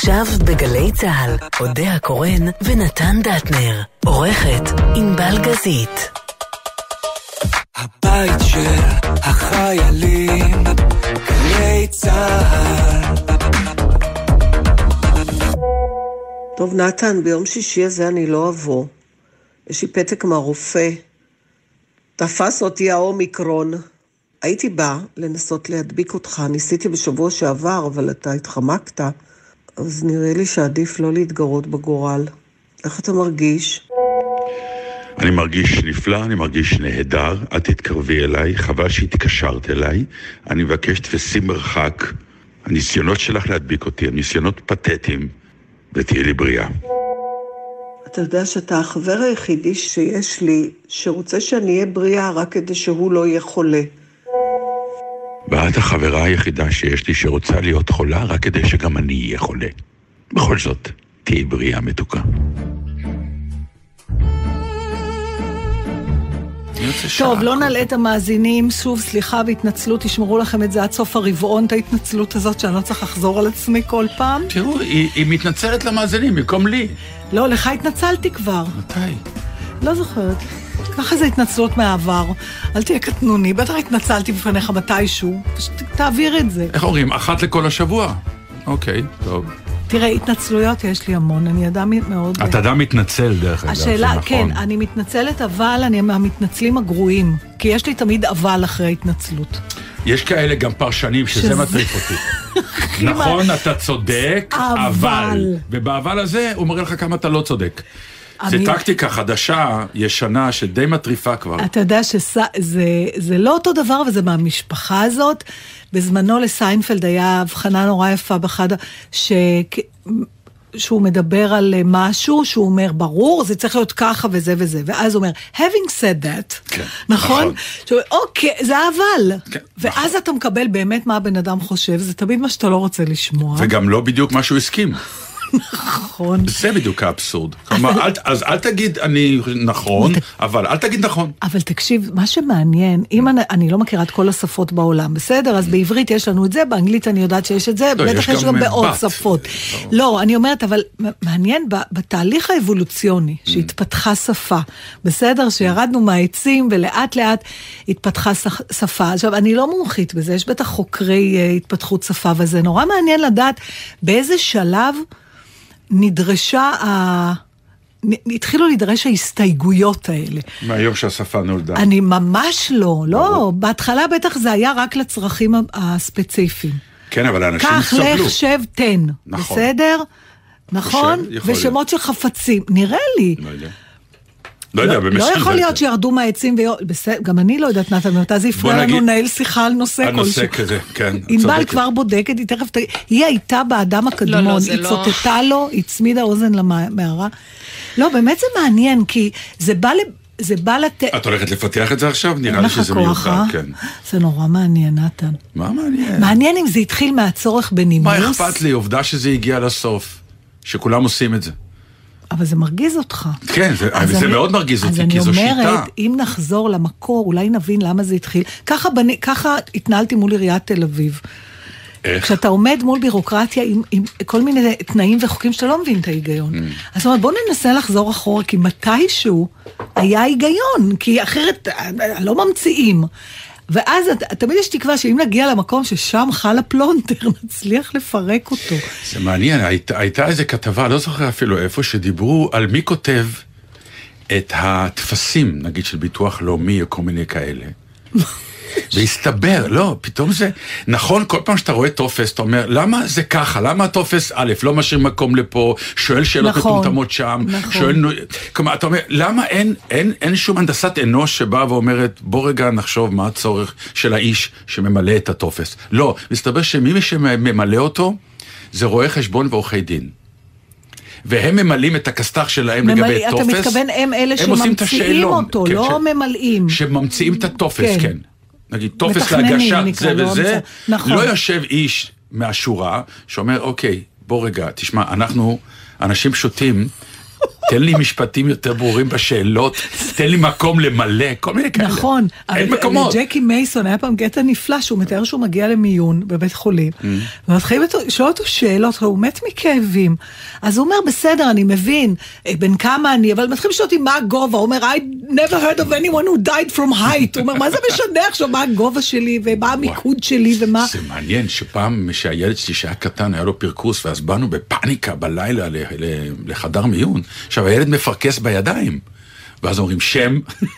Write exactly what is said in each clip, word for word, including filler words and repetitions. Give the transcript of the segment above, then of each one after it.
עכשיו בגלי צהל, אודיה קורן ונתן דטנר, עורכת ענבל גזית. הבית של החיילים, גלי צהל. טוב נתן, ביום שישי הזה אני לא אבוא. יש לי פתק מהרופא. תפס אותי האומיקרון. הייתי באה לנסות להדביק אותך. ניסיתי בשבוע שעבר, אבל אתה התחמקת. אז נראה לי שעדיף לא להתגרות בגורל. איך אתה מרגיש? אני מרגיש נפלא, אני מרגיש נהדר. אל תתקרבי אליי, חבל שהתקשרת אליי. אני מבקש תפסי מרחק. הניסיונות שלך להדביק אותי, הניסיונות פתטיים, ותהיה לי בריאה. אתה יודע שאתה החבר היחידי שיש לי, שרוצה שאני אהיה בריאה רק כדי שהוא לא יהיה חולה. ואת החברה היחידה שיש לי שרוצה להיות חולה רק כדי שגם אני אהיה חולה. בכל זאת, תהיה בריאה מתוקה. טוב, לא נעלה את המאזינים, שוב סליחה והתנצלות, תשמרו לכם את זה עד סוף הרבעון, את ההתנצלות הזאת שאני לא צריך לחזור על עצמי כל פעם. תראו, היא, היא מתנצלת למאזינים, במקום לי. לא, לך התנצלתי כבר. מתי? לא זוכרת. ככה זה התנצלות מהעבר. אל תהיה קטנוני, בטח התנצלתי בפניך מתישהו. פשוט תעביר את זה. איך אומרים? אחת לכל השבוע. אוקיי, טוב. תראה, התנצלויות יש לי המון, אני אדם מאוד... אתה אדם מתנצל דרך אגב, השאלה, כן, אני מתנצלת, אבל אני מהמתנצלים הגרועים, כי יש לי תמיד אבל אחרי ההתנצלות. יש כאלה גם פרשנים שזה מטריף אותי. נכון, אתה צודק, אבל. ובאבל הזה הוא מראה לך כמה אתה לא צודק. זה טקטיקה חדשה, ישנה, שדי מטריפה כבר. אתה יודע שזה לא אותו דבר, וזה מהמשפחה הזאת. בזמנו לסיינפלד היה הבחנה נורא יפה בחד, שהוא מדבר על משהו, שהוא אומר, ברור, זה צריך להיות ככה וזה וזה. ואז הוא אומר, having said that, נכון? אוקיי, זה אבל. ואז אתה מקבל באמת מה הבן אדם חושב, זה תמיד מה שאתה לא רוצה לשמוע. וגם לא בדיוק מה שהוא הסכים. נכון. זה בדיוק האבסורד. כלומר, אז אל תגיד אני נכון, אבל אל תגיד נכון. אבל תקשיב, מה שמעניין, אם אני לא מכירה את כל השפות בעולם, בסדר? אז בעברית יש לנו את זה, באנגלית אני יודעת שיש את זה, בטח יש גם בעוד שפות. לא, אני אומרת, אבל מעניין בתהליך האבולוציוני, שהתפתחה שפה, בסדר? שירדנו מהעצים ולאט לאט התפתחה שפה. עכשיו, אני לא מומחית בזה, יש בטח חוקרי התפתחות שפה, וזה נורא מעניין לדעת באיזה שלב נדרשה, ה... התחילו להידרש ההסתייגויות האלה. מהיום שהשפה נולדה. אני ממש לא, לא, בהתחלה בטח זה היה רק לצרכים הספציפיים. כן, אבל האנשים כך, סבלו. כך, לך, שב, תן. נכון. בסדר? נכון? ושמות של חפצים. נראה לי. לא יודע. לא יודע, במשך... לא יכול להיות שירדו מהעצים ויור... גם אני לא יודעת, נתן, מתי זה יפריע לנו נהל שיחה על נושא כלשהו. הנושא כזה, כן. ענבל כבר בודקת, היא תכף... היא הייתה באדם הקדמון, היא צוטטה לו, היא צמידה אוזן למערה. לא, באמת זה מעניין, כי זה בא ל... זה בא לת... את הולכת לפתח את זה עכשיו? נראה לי שזה מיוחד, כן. זה נורא מעניין, נתן. מה מעניין? מעניין אם זה התחיל מהצורך בנימוס. מה אכפת לי? עובדה שזה הגיע לסוף. שכולם עושים את זה. אבל זה מרגיז אותך. כן, זה, זה אני, מאוד מרגיז אותי, כי זו שיטה. אז אני אומרת, אם נחזור למקור, אולי נבין למה זה התחיל. ככה, בני, ככה התנהלתי מול עיריית תל אביב. איך? כשאתה עומד מול בירוקרטיה עם, עם כל מיני תנאים וחוקים שאתה לא מבין את ההיגיון. Mm. אז זאת אומרת, בוא ננסה לחזור אחורה, כי מתישהו היה היגיון, כי אחרת לא ממציאים. ואז תמיד יש תקווה שאם נגיע למקום ששם חל הפלונטר, נצליח לפרק אותו. זה מעניין, הייתה, הייתה איזו כתבה, לא זוכר אפילו איפה, שדיברו על מי כותב את התפסים, נגיד של ביטוח לאומי או כל מיני כאלה. והסתבר, לא, פתאום זה, נכון, כל פעם שאתה רואה תופס, אתה אומר, למה זה ככה? למה התופס א', לא משאיר מקום לפה, שואל שאלות נכון, מטומטמות שם, נכון. שואל, כלומר, אתה אומר, למה אין, אין, אין שום הנדסת אנוש שבאה ואומרת, בוא רגע נחשוב מה הצורך של האיש שממלא את התופס. לא, מסתבר שמי שממלא אותו, זה רואה חשבון ועורכי דין. והם ממלאים את הכסתח שלהם ממלא, לגבי תופס. אתה מתכוון, הם אלה הם שממציאים אותו, כן, לא ש... ממלאים. שממציאים את התופס, כן. כן. נגיד, תופס להגשת זה לא וזה, נכון. לא יושב איש מהשורה שאומר, אוקיי, בוא רגע, תשמע, אנחנו אנשים פשוטים, תן לי משפטים יותר ברורים בשאלות, תן לי מקום למלא, כל מיני כאלה. נכון. אין מקומות. ג'קי מייסון היה פעם קטע נפלא, שהוא מתאר שהוא מגיע למיון בבית חולים, ומתחילים לשאול אותו שאלות, הוא מת מכאבים. אז הוא אומר, בסדר, אני מבין, בין כמה אני, אבל מתחילים לשאול אותי מה הגובה, הוא אומר, I never heard of anyone who died from height. הוא אומר, מה זה משנה עכשיו, מה הגובה שלי, ומה המיקוד שלי, ומה... זה מעניין שפעם שהילד שלי שהיה קטן, היה לו פרקוס, ואז באנו בפאניקה בלילה לחדר מיון. עכשיו, הילד מפרקס בידיים, ואז אומרים שם,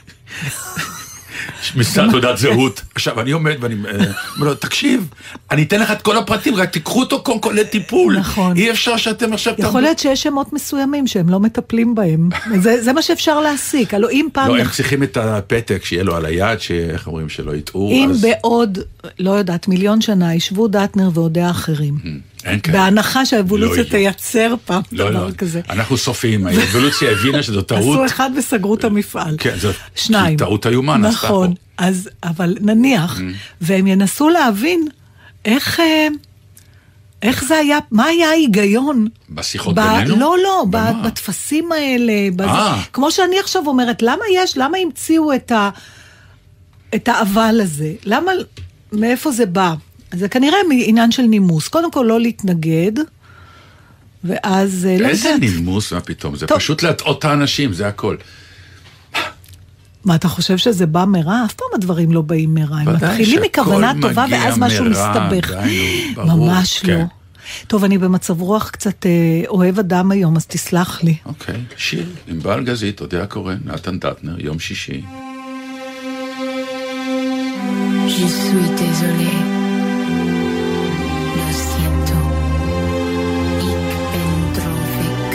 מסע תעודת זהות. עכשיו, אני עומד ואני אומר לו, תקשיב, אני אתן לך את כל הפרטים, רק תיקחו אותו קודם כל לטיפול. נכון. אי אפשר שאתם עכשיו... יכול להיות שיש שמות מסוימים שהם לא מטפלים בהם. זה, זה מה שאפשר להסיק. הלוא אם פעם... לא, הם צריכים את הפתק שיהיה לו על היד, שאיך אומרים שלא יטעו. אם אז... בעוד, לא יודעת, מיליון שנה, ישבו דטנר ועודי האחרים. אין כאלה. בהנחה שהאבולוציה לא, תייצר פעם לא, דבר לא. כזה. אנחנו סופיים, האבולוציה הבינה שזו טעות. עשו אחד וסגרו את המפעל. כן, זו שניים. טעות היומן. נכון, אז, אבל נניח, והם ינסו להבין איך, איך זה היה, מה היה ההיגיון? בשיחות ב, בינינו? לא, לא, במה? בתפסים האלה, בזה, אה. כמו שאני עכשיו אומרת, למה יש, למה המציאו את, ה, את האבל הזה? למה, מאיפה זה בא? זה כנראה עניין של נימוס. קודם כל לא להתנגד, ואז... איזה לא נימוס, מה פתאום? זה טוב. פשוט להטעות את האנשים, זה הכל. מה, אתה חושב שזה בא מרע? אף פעם הדברים לא באים מרע. הם מתחילים מכוונה טובה, ואז משהו מסתבך. ממש לא. טוב, אני במצב רוח קצת אוהב אדם היום, אז תסלח לי. אוקיי, שיר, ענבל גזית, אודיה קורן, נתן דטנר, יום שישי. Je suis désolé. Lo siento. Ich bin traurig.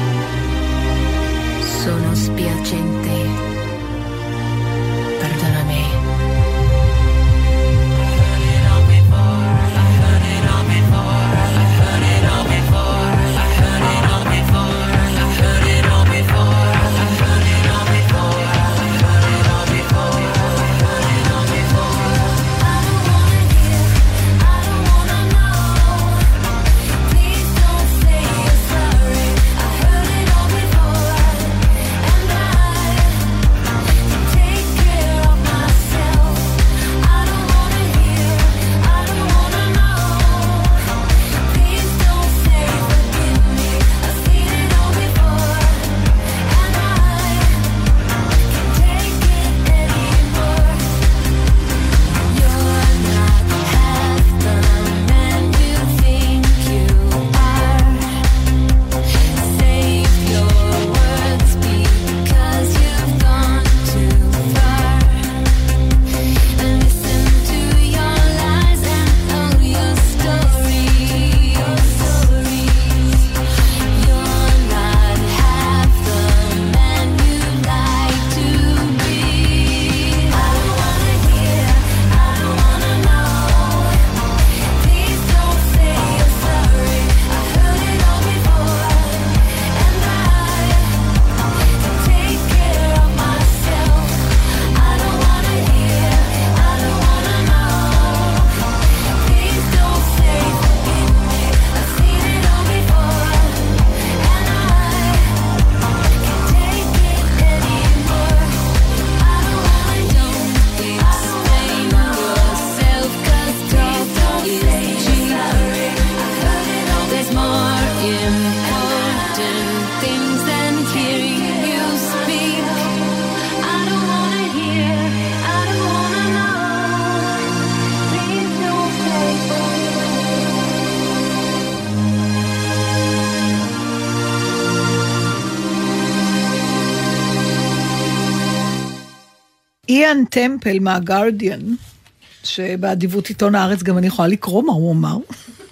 Sono spiacente. Perdonami. איאן טמפל מהגארדיאן, שבאדיבות עיתון הארץ גם אני יכולה לקרוא מה הוא אמר,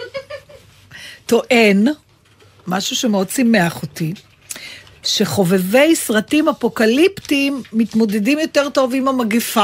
טוען, משהו שמאוד שימח אותי, שחובבי סרטים אפוקליפטיים מתמודדים יותר טוב עם המגפה.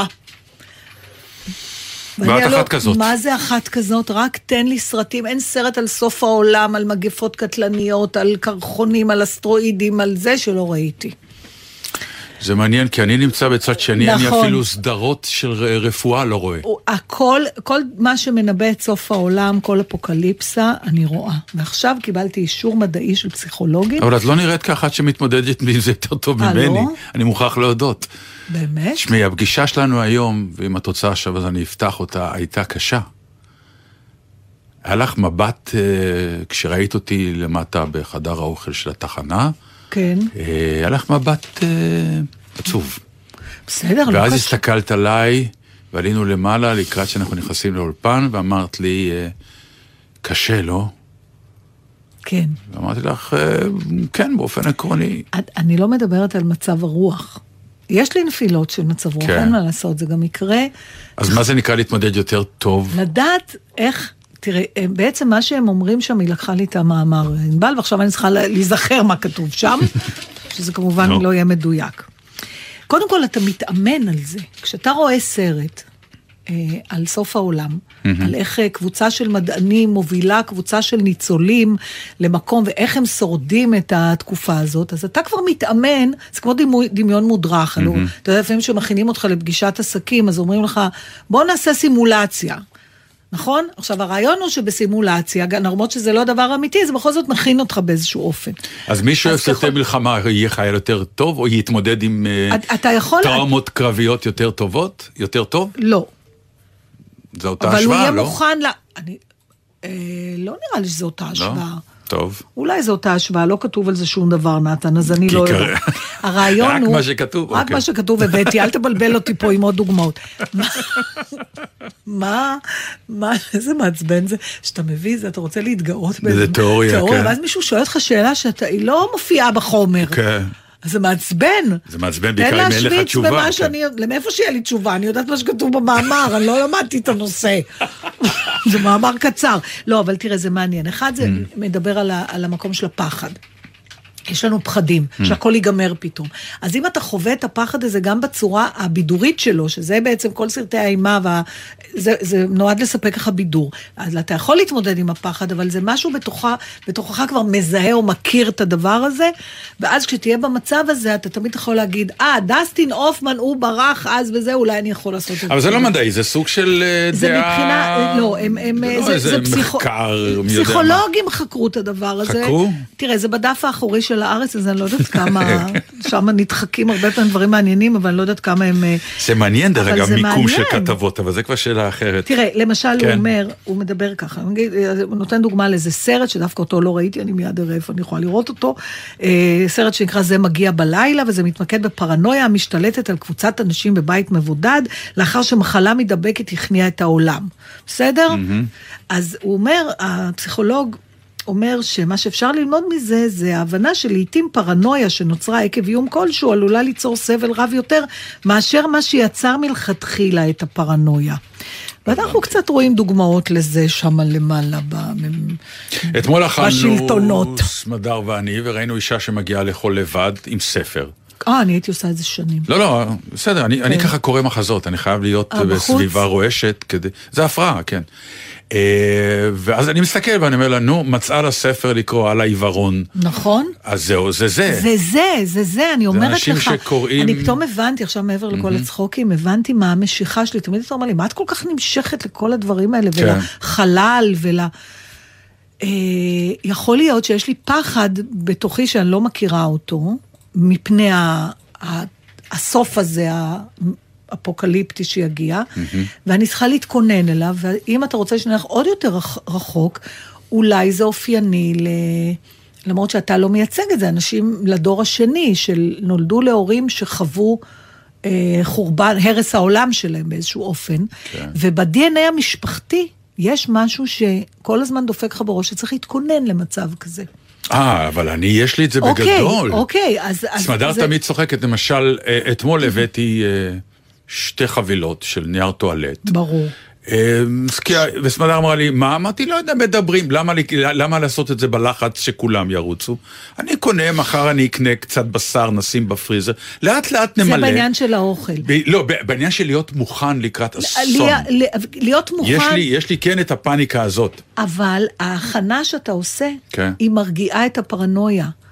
ואת אחת כזאת. מה זה אחת כזאת? רק תן לי סרטים, אין סרט על סוף העולם, על מגפות קטלניות, על קרחונים, על אסטרואידים, על זה שלא ראיתי. זה מעניין, כי אני נמצא בצד שני, נכון. אני אפילו סדרות של רפואה לא רואה. הכל, כל מה שמנבא את סוף העולם, כל אפוקליפסה, אני רואה. ועכשיו קיבלתי אישור מדעי של פסיכולוגית. אבל את לא נראית ככה שמתמודדת מזה יותר טוב ממני. אני מוכרח להודות. באמת? שמי, הפגישה שלנו היום, ואם את רוצה עכשיו אז אני אפתח אותה, הייתה קשה. היה לך מבט, כשראית אותי למטה בחדר האוכל של התחנה, כן. היה לך מבט עצוב. בסדר, לא קשה. ואז הסתכלת עליי, ועלינו למעלה לקראת שאנחנו נכנסים לאולפן, ואמרת לי, קשה, לא? כן. ואמרתי לך, כן, באופן עקרוני. אני לא מדברת על מצב הרוח. יש לי נפילות של מצב רוח, אין מה לעשות, זה גם יקרה. אז מה זה נקרא להתמודד יותר טוב? לדעת איך... תראה, בעצם מה שהם אומרים שם, היא לקחה לי את המאמר אינבל, ועכשיו אני צריכה להיזכר מה כתוב שם, שזה כמובן לא יהיה מדויק. קודם כל, אתה מתאמן על זה. כשאתה רואה סרט אה, על סוף העולם, על איך קבוצה של מדענים מובילה קבוצה של ניצולים למקום, ואיך הם שורדים את התקופה הזאת, אז אתה כבר מתאמן, זה כמו דימוי, דמיון מודרך, אלו, אתה יודע, לפעמים שמכינים אותך לפגישת עסקים, אז אומרים לך, בוא נעשה סימולציה. נכון? עכשיו, הרעיון הוא שבסימולציה, למרות שזה לא דבר אמיתי, זה בכל זאת מכין אותך באיזשהו אופן. אז מי שעושה מלחמה יהיה חייל יותר טוב, או יתמודד עם טראומות קרביות יותר טובות? יותר טוב? לא. זו אותה השוואה, לא? אבל הוא יהיה מוכן ל... לא נראה לי שזו אותה השוואה. טוב. אולי זו אותה השוואה, לא כתוב על זה שום דבר, נתן, אז אני לא יודע. הרעיון הוא... רק מה שכתוב. רק מה שכתוב הבאתי, אל תבלבל אותי פה עם עוד דוגמאות. מה, מה, איזה מעצבן זה, שאתה מביא זה, אתה רוצה להתגאות באיזה תיאוריה, כן. ואז מישהו שואל לך שאלה שהיא לא מופיעה בחומר. כן. אז זה מעצבן. זה מעצבן בעיקר אם אין לך תשובה. במה שאני, למאיפה שיהיה לי תשובה? אני יודעת מה שכתוב במאמר, אני לא למדתי את הנושא. זה מאמר קצר. לא, אבל תראה, זה מעניין. אחד זה מדבר על, על המקום של הפחד. יש לנו פחדים, שהכל ייגמר פתאום. אז אם אתה חווה את הפחד הזה גם בצורה הבידורית שלו, שזה בעצם כל סרטי האימה, וה... זה, זה נועד לספק לך בידור. אז אתה יכול להתמודד עם הפחד, אבל זה משהו בתוכה, בתוכך כבר מזהה או מכיר את הדבר הזה, ואז כשתהיה במצב הזה, אתה תמיד יכול להגיד, אה, דסטין אופמן, הוא ברח אז וזה, אולי אני יכול לעשות את זה. אבל זה לא מדעי, זה סוג של דעה... זה מבחינה, לא, הם, הם, זה, זה מחקר, פסיכולוגים חקרו את הדבר הזה. חקרו? תראה, זה בדף האחורי של הארץ, אז אני לא יודעת כמה, שם נדחקים הרבה פעמים דברים מעניינים, אבל אני לא יודעת כמה הם... זה מעניין, דרך אגב, מיקום של כתבות, אבל זה כבר שאלה אחרת. תראה, למשל הוא אומר, הוא מדבר ככה, הוא נותן דוגמה לאיזה סרט, שדווקא אותו לא ראיתי, אני מיד אראה איפה אני יכולה לראות אותו, סרט שנקרא זה מגיע בלילה, וזה מתמקד בפרנויה המשתלטת על קבוצת אנשים בבית מבודד, לאחר שמחלה מדבקת הכניעה את העולם. בסדר? אז הוא אומר, הפסיכולוג, אומר שמה שאפשר ללמוד מזה, זה ההבנה שלעיתים פרנויה שנוצרה עקב איום כלשהו, עלולה ליצור סבל רב יותר, מאשר מה שיצר מלכתחילה את הפרנויה. ואנחנו קצת רואים דוגמאות לזה שם למעלה בשלטונות. אתמול אכלנו סמדר ואני, וראינו אישה שמגיעה לאכול לבד עם ספר. אה, אני הייתי עושה את זה שנים. לא, לא, בסדר, אני, אני ככה קורא מחזות, אני חייב להיות בסביבה רועשת, כדי, זה הפרעה, כן. ואז אני מסתכל ואני אומר לה, נו, מצאה לספר לקרוא על העיוורון. נכון. אז זהו, זה זה. זה זה, זה זה, אני אומרת לך. זה אנשים שקוראים... אני פתאום הבנתי, עכשיו מעבר לכל הצחוקים, הבנתי מה המשיכה שלי. תמיד אתה אומר לי, מה את כל כך נמשכת לכל הדברים האלה, ולחלל, ול... יכול להיות שיש לי פחד בתוכי שאני לא מכירה אותו, מפני הסוף הזה, אפוקליפטי שיגיע, ואני צריכה להתכונן אליו, ואם אתה רוצה שנלך עוד יותר רחוק, אולי זה אופייני, למרות שאתה לא מייצג את זה, אנשים לדור השני, שנולדו להורים שחוו חורבן, הרס העולם שלהם באיזשהו אופן, וב-די אן איי המשפחתי, יש משהו שכל הזמן דופק לך בראש, שצריך להתכונן למצב כזה. אה, אבל אני, יש לי את זה בגדול. אוקיי, אז... סמדר תמיד צוחקת, למשל, אתמול הבאתי שתי חבילות של נייר טואלט. ברור. וסמדר אמרה לי, מה? אמרתי, לא יודע, מדברים, למה לעשות את זה בלחץ שכולם ירוצו? אני קונה, מחר אני אקנה קצת בשר, נשים בפריזר, לאט לאט נמלא. זה בעניין של האוכל. לא, בעניין של להיות מוכן לקראת אסון. להיות מוכן... יש לי כן את הפאניקה הזאת. אבל ההכנה שאתה עושה, היא מרגיעה את הפרנויה.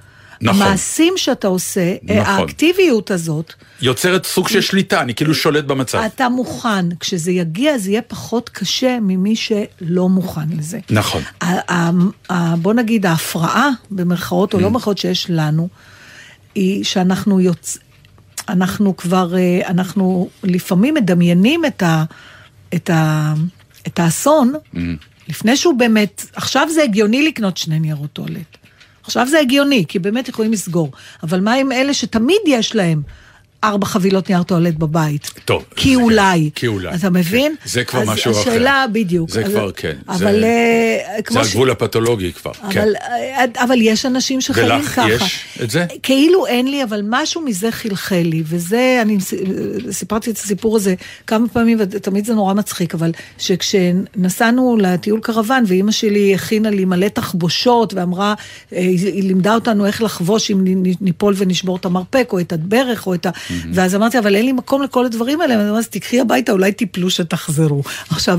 נכון. המעשים שאתה עושה, נכון. האקטיביות הזאת, יוצרת סוג של שליטה, אני כאילו שולט במצב. אתה מוכן, כשזה יגיע, זה יהיה פחות קשה ממי שלא מוכן לזה. נכון. בוא נגיד, ההפרעה, במרכאות או לא במרכאות שיש לנו, היא שאנחנו יוצ... אנחנו כבר, אנחנו לפעמים מדמיינים את ה... את ה... את האסון, לפני שהוא באמת, עכשיו זה הגיוני לקנות שני ניירות טואלט. עכשיו זה הגיוני, כי באמת יכולים לסגור. אבל מה עם אלה שתמיד יש להם ארבע חבילות נייר טואלט בבית? טוב. כי אולי. כי אולי. אתה מבין? זה כבר משהו אחר. השאלה בדיוק. זה כבר, כן. אבל... זה הגבול הפתולוגי כבר. אבל יש אנשים שחיים ככה. ולך יש את זה? כאילו אין לי, אבל משהו מזה חלחל לי, וזה, אני סיפרתי את הסיפור הזה כמה פעמים, ותמיד זה נורא מצחיק, אבל שכשנסענו לטיול קרוון, ואימא שלי הכינה לי מלא תחבושות, ואמרה, היא לימדה אותנו איך לחבוש אם ניפול ונשבור את המרפק, או את הברך, או את ה... ואז אמרתי, אבל אין לי מקום לכל הדברים האלה, ואני אומרת, תקחי הביתה, אולי תיפלו שתחזרו. עכשיו,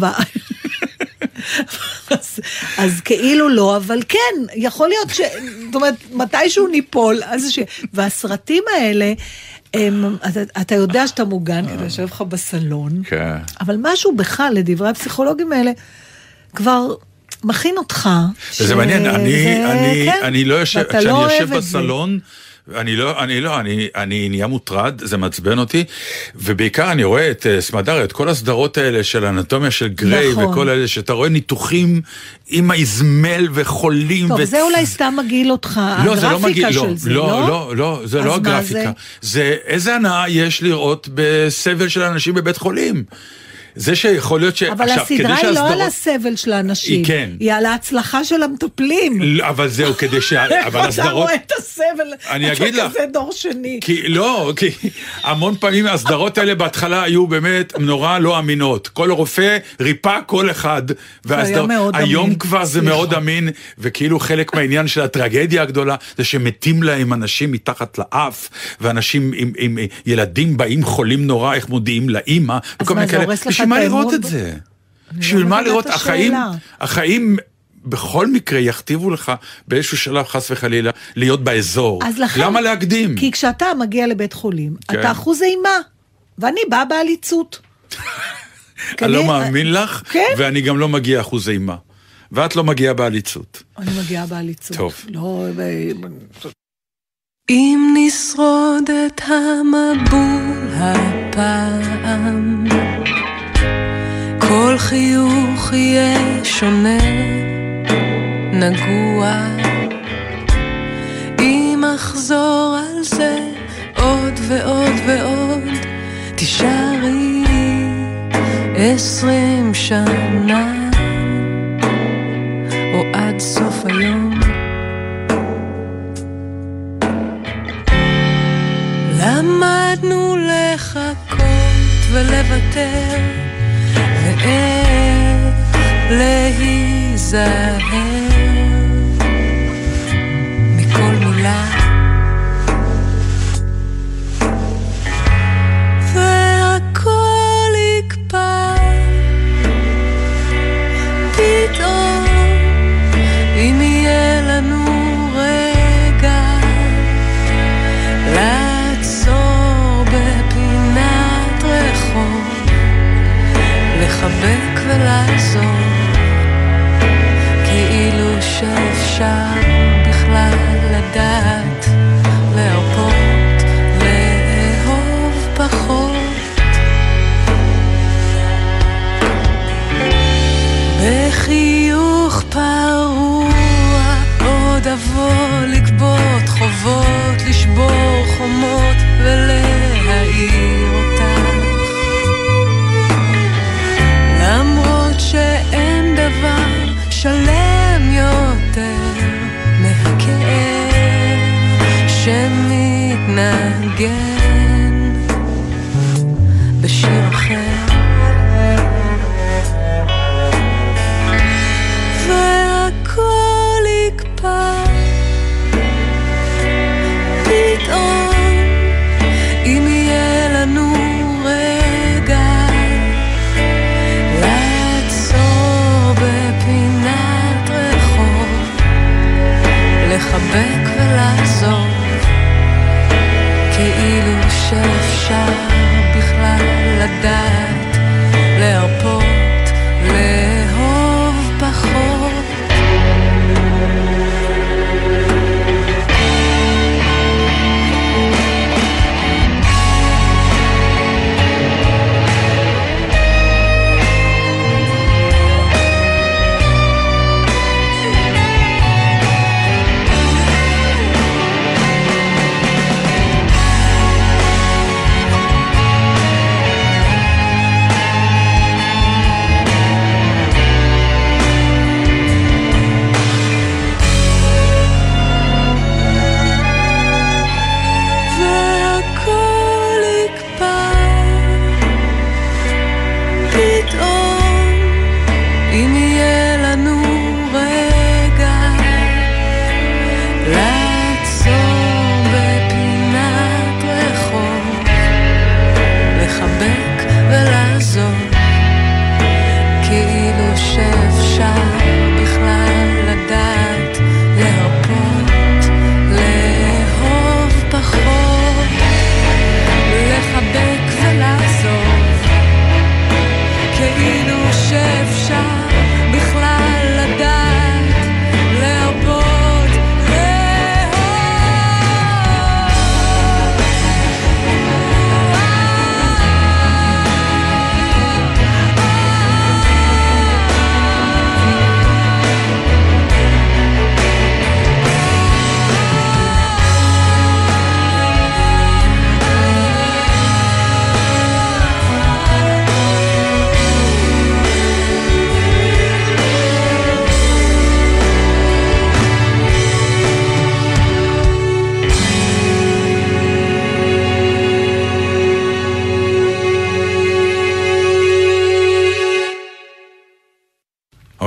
אז, אז כאילו לא, אבל כן, יכול להיות ש... זאת אומרת, מתישהו ניפול, אז ש... והסרטים האלה, הם, אתה, אתה יודע שאתה מוגן, כי אתה יושב לך בסלון, כן. אבל משהו בך, לדברי הפסיכולוגים האלה, כבר... מכין אותך. וזה ש... מעניין, אני, זה... אני, כן, אני לא יושב, כשאני לא יושב בסלון, אני לא, אני לא, אני, אני נהיה מוטרד, זה מעצבן אותי, ובעיקר אני רואה את סמדר, את כל הסדרות האלה של האנטומיה של גריי, נכון. וכל האלה שאתה רואה ניתוחים עם האזמל וחולים. טוב, ו... זה אולי סתם מגיל אותך, לא, הגרפיקה לא מגיל, של לא, זה, לא? לא, לא, לא, זה לא הגרפיקה. זה? זה איזה הנאה יש לראות בסבל של אנשים בבית חולים. זה שיכול להיות ש... אבל עכשיו, הסדרה היא לא על הסבל של האנשים, היא, כן. היא על ההצלחה של המטפלים. אבל זהו, כדי ש... אבל הסדרות... אתה רואה את הסבל, אני אגיד לך... כזה דור שני. כי, לא, כי המון פעמים הסדרות האלה בהתחלה היו באמת נורא לא אמינות. כל רופא ריפא כל אחד, והסדר... היום אמין. כבר זה מאוד אמין, וכאילו חלק מהעניין של הטרגדיה הגדולה, זה שמתים להם אנשים מתחת לאף, ואנשים עם, עם ילדים באים חולים נורא, איך מודיעים לאמא, אז מה, זה הורס לך מה לראות את זה? בשביל מה לראות? החיים, החיים בכל מקרה יכתיבו לך באיזשהו שלב חס וחלילה להיות באזור. למה להקדים? כי כשאתה מגיע לבית חולים, אתה אחוז אימה, ואני באה בעליצות. אני לא מאמין לך, ואני גם לא מגיע אחוז אימה. ואת לא מגיעה בעליצות. אני מגיעה בעליצות. טוב. לא... אם נשרוד את המבול הפעם, כל חיוך יהיה שונה, נגוע. אם אחזור על זה עוד ועוד ועוד, תישארי עשרים שנה, או עד סוף היום. למדנו לחכות ולוותר, ואיך להיזהר מכל מילה, והכל יקפא פתאום, אם יהיה לנו רגע לעצור בפינת רחוב, לחבק ולעזור, כאילו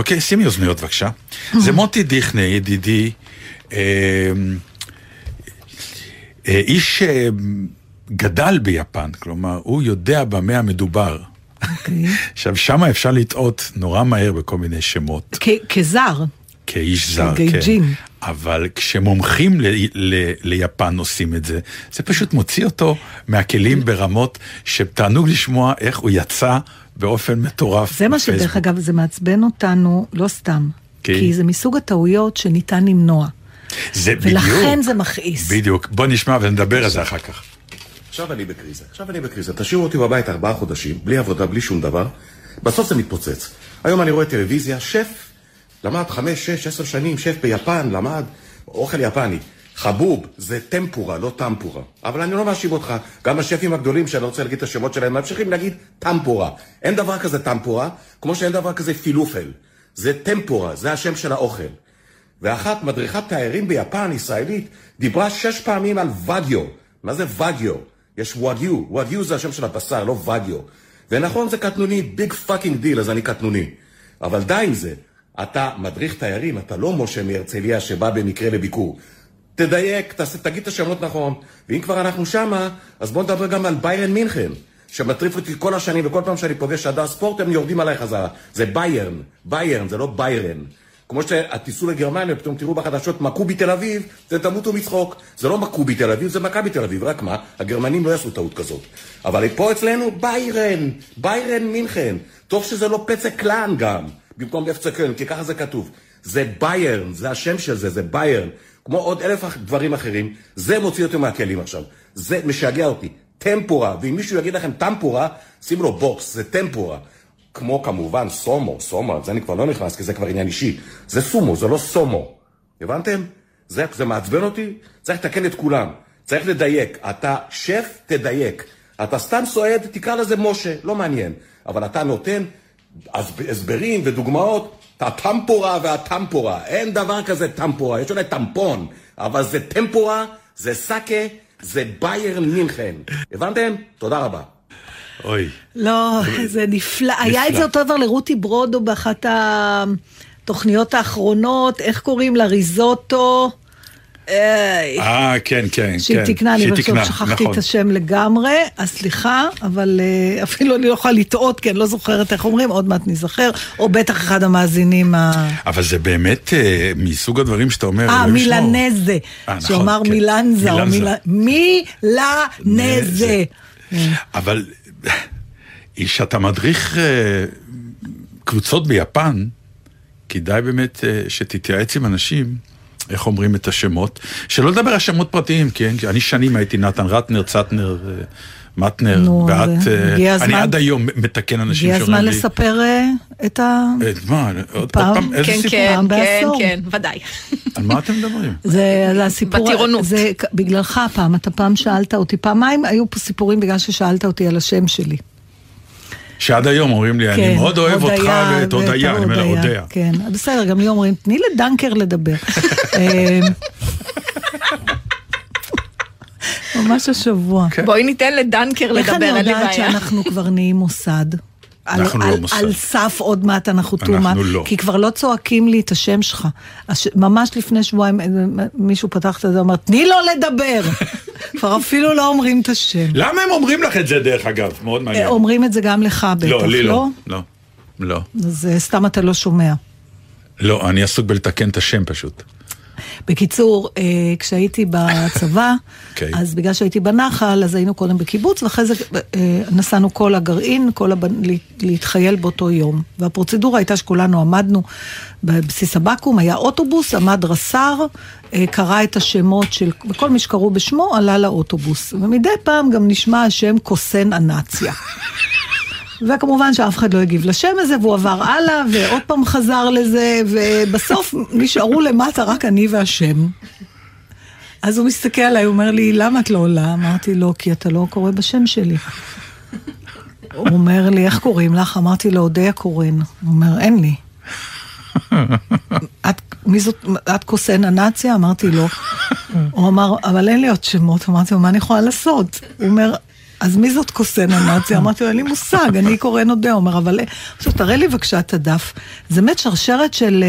אוקיי, שימי אוזניות בבקשה. זה מוטי דיכנה, ידידי, איש גדל ביפן, כלומר, הוא יודע במה המדובר. עכשיו, שמה אפשר לטעות נורא מהר בכל מיני שמות. כזר. כאיש זר, כן. אבל כשמומחים ליפן עושים את זה, זה פשוט מוציא אותו מהכלים ברמות שתענוג לשמוע איך הוא יצא באופן מטורף. זה מה שדרך אגב, זה מעצבן אותנו, לא סתם. כי זה מסוג הטעויות שניתן למנוע. זה בדיוק. ולכן זה מכעיס. בדיוק. בוא נשמע ונדבר על זה אחר כך. עכשיו אני בקריזה, עכשיו אני בקריזה. תשאירו אותי בבית ארבעה חודשים, בלי עבודה, בלי שום דבר. בסוף זה מתפוצץ. היום אני רואה טלוויזיה, שף, למד חמש, שש, עשר שנים, שף ביפן, למד אוכל יפני. חבוב, זה טמפורה, לא טמפורה. אבל אני לא מאשים אותך. גם השפים הגדולים, שאני רוצה להגיד את השמות שלהם, ממשיכים להגיד טמפורה. אין דבר כזה טמפורה, כמו שאין דבר כזה פילופל. זה טמפורה, זה השם של האוכל. ואחת מדריכת תיירים ביפן, ישראלית, דיברה שש פעמים על ודיו. מה זה ודיו? יש ודיו. ודיו זה השם של הבשר, לא ודיו. ונכון, זה קטנוני, ביג פאקינג דיל, אז אני קטנוני. אבל די עם זה. אתה מדריך תיירים, אתה לא משה מהרצליה שבא במקרה לביקור. תדייק, תגיד את השמות נכון. ואם כבר אנחנו שמה, אז בוא נדבר גם על ביירן מינכן, שמטריף אותי כל השנים, וכל פעם שאני פוגש שדר ספורט, הם יורדים עליי חזרה. זה ביירן, ביירן, זה לא ביירן. כמו שתיסעו לגרמניה, פתאום תראו בחדשות, מכבי תל אביב, זה תמותו מצחוק. זה לא מכבי תל אביב, זה מכבי תל אביב. רק מה, הגרמנים לא יעשו טעות כזאת. אבל פה אצלנו, ביירן, ביירן מינכן. טוב שזה לא פצע קלן גם, במקום אפצע קלן, כי ככה זה כתוב. זה ביירן, זה השם של זה, זה ביירן. כמו עוד אלף דברים אחרים, זה מוציא אותי מהכלים עכשיו. זה משגע אותי. טמפורה, ואם מישהו יגיד לכם טמפורה, שימו לו בוקס, זה טמפורה. כמו כמובן סומו, סומו, זה אני כבר לא נכנס, כי זה כבר עניין אישי. זה סומו, זה לא סומו. הבנתם? זה, זה מעצבן אותי, צריך לתקן את כולם. צריך לדייק. אתה שף, תדייק. אתה סתם סועד, תקרא לזה משה, לא מעניין. אבל אתה נותן הסברים ודוגמאות, הטמפורה והטמפורה. אין דבר כזה טמפורה, יש אולי טמפון, אבל זה טמפורה, זה סאקה, זה ביירן מינכן. הבנתם? תודה רבה. אוי. לא, זה נפלא. היה את זה אותו דבר לרותי ברודו באחת התוכניות האחרונות, איך קוראים לה? ריזוטו. אה, כן, כן. שהיא תקנה, אני חושב ששכחתי את השם לגמרי, אז סליחה, אבל אפילו אני לא יכולה לטעות, כי אני לא זוכרת איך אומרים, עוד מעט נזכר, או בטח אחד המאזינים ה... אבל זה באמת מסוג הדברים שאתה אומר... אה, מילנזה, שאומר מילנזה, מילנזה. אבל שאתה מדריך קבוצות ביפן, כדאי באמת שתתייעץ עם אנשים, איך אומרים את השמות, שלא לדבר על שמות פרטיים, כן? אני שנים הייתי נתן רטנר, צטנר, מטנר, ואת, אני עד היום מתקן אנשים שאומרים לי... הגיע הזמן לספר את ה... מה, עוד פעם, איזה סיפור? כן, כן, כן, ודאי. על מה אתם מדברים? זה הסיפור... בטירונות. זה בגללך פעם, אתה פעם שאלת אותי, פעמיים היו פה סיפורים בגלל ששאלת אותי על השם שלי. שעד היום אומרים לי, אני מאוד אוהב אותך ואת הודיה, אני אומר, הודיה. כן, בסדר, גם לי אומרים, תני לדנקר לדבר. ממש השבוע. בואי ניתן לדנקר לדבר, איך אני יודעת שאנחנו כבר נהיים מוסד? אנחנו לא מוסד. על סף עוד מעט אנחנו תומה. אנחנו לא. כי כבר לא צועקים לי את השם שלך. ממש לפני שבועיים מישהו פתח את זה, אומר, תני לו לדבר. כבר אפילו לא אומרים את השם. למה הם אומרים לך את זה דרך אגב? מאוד מעניין. אומרים את זה גם לך בטח, לא? לא, לי לא. לא, לא. אז סתם אתה לא שומע. לא, אני עסוק בלתקן את השם פשוט. בקיצור, כשהייתי בצבא, אז בגלל שהייתי בנחל, אז היינו קודם בקיבוץ, ואחרי זה נסענו כל הגרעין, כל הבנ... להתחייל באותו יום. והפרוצדורה הייתה שכולנו עמדנו בבסיס הבקום, היה אוטובוס, עמד רס"ר, קרא את השמות של, וכל מי שקראו בשמו עלה לאוטובוס. ומדי פעם גם נשמע השם קוסן הנאציה. וכמובן שאף אחד לא הגיב לשם הזה, והוא עבר הלאה, ועוד פעם חזר לזה, ובסוף נשארו למטה רק אני והשם. אז הוא מסתכל עליי, הוא אומר לי, למה את לא עולה? אמרתי לו, כי אתה לא קורא בשם שלי. הוא אומר לי, איך קוראים לך? אמרתי לו, הודיה קורן. הוא אומר, אין לי. את, מי זאת, את קוסן הנאציה? אמרתי לו. הוא אמר, אבל אין לי עוד שמות. אמרתי לו, מה אני יכולה לעשות? הוא אומר, אז מי זאת קוסנה נאציה? אמרתי לו, אין לי מושג, אני קורן עוד, אומר, אבל עכשיו תראה לי בבקשה את הדף. זה באמת שרשרת של,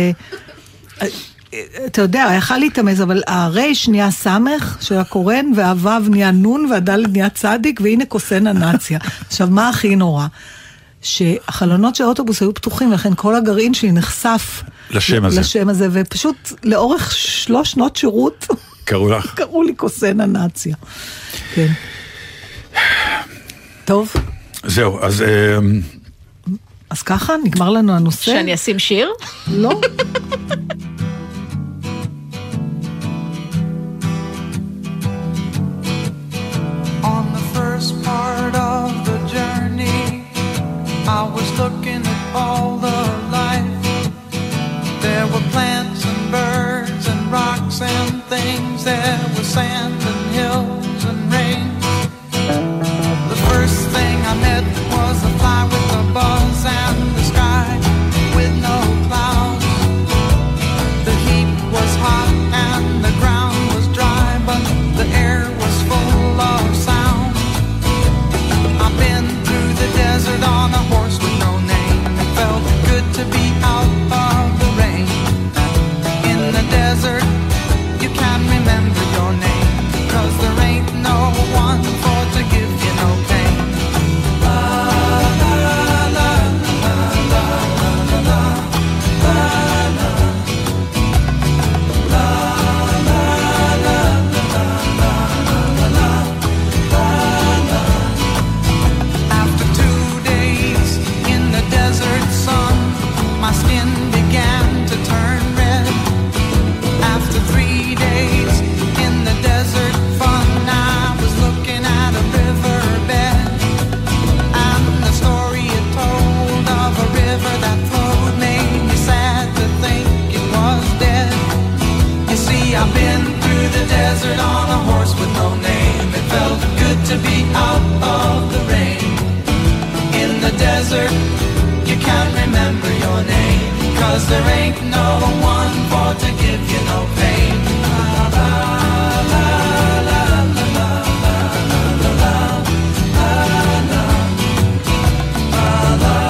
אתה יודע, יכל להתאמץ, אבל הרייש נהיה סמך של הקורן, והוו נהיה נון, והדל נהיה צדיק, והנה קוסנה נאציה. עכשיו, מה הכי נורא? שהחלונות של האוטובוס היו פתוחים, לכן כל הגרעין שלי נחשף לשם הזה. לשם הזה, ופשוט לאורך שלוש שנות שירות, קראו לך? קראו לי קוסנה נאציה. כן. טוב. זהו, אז... אז ככה, נגמר לנו הנושא. שאני אשים שיר? לא. On the first part of the journey, I was looking at all the life. There were plants and birds and rocks and things. There was sand and hills and rain. The first thing I met was a fly with a buzz and the sky with no clouds. The heat was hot and the ground was dry, but the air was full of sound. I've been through the desert on a horse with no name. It felt good to be out of the rain. In the desert, you can't remember your name, 'cause there ain't no one for to give you no pain. La la la la la la la la la la la. After two days in the desert sun, my skin began to turn red. After three days in the desert fun, I was looking at a riverbed, and the story it told of a river that flowed made me sad to think it was dead. You see, I've been through the desert on a horse with no name. It felt good to be out of the rain. In the desert, you can't remember your name, 'cause there ain't no one for to give you no pain. La la la la la la la la la la la la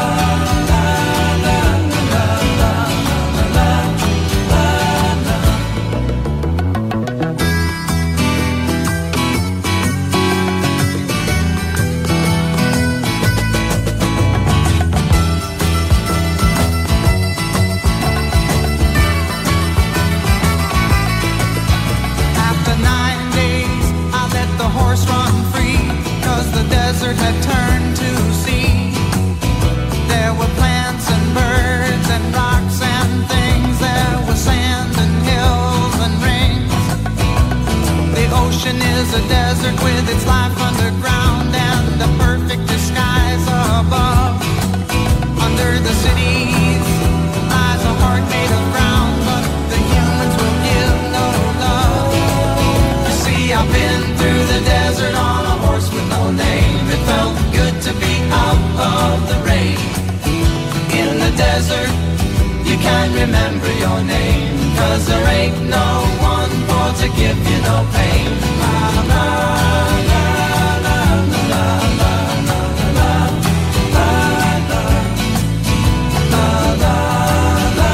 After nine days, I let the horse run free, 'cause the desert had turned to sea. There were plants and birds and rocks and things. There was sand and hills and rings. The ocean is a desert with its life underground and the perfect disguise above. Under the cities lies a heart made of ground, but the humans will give no love. You see, I've been through the desert on a horse with no name. It felt good to be out of the rain. In the desert, you can't remember your name, 'cause there ain't no one for to give you no pain. La la la la la la la la la la la la la la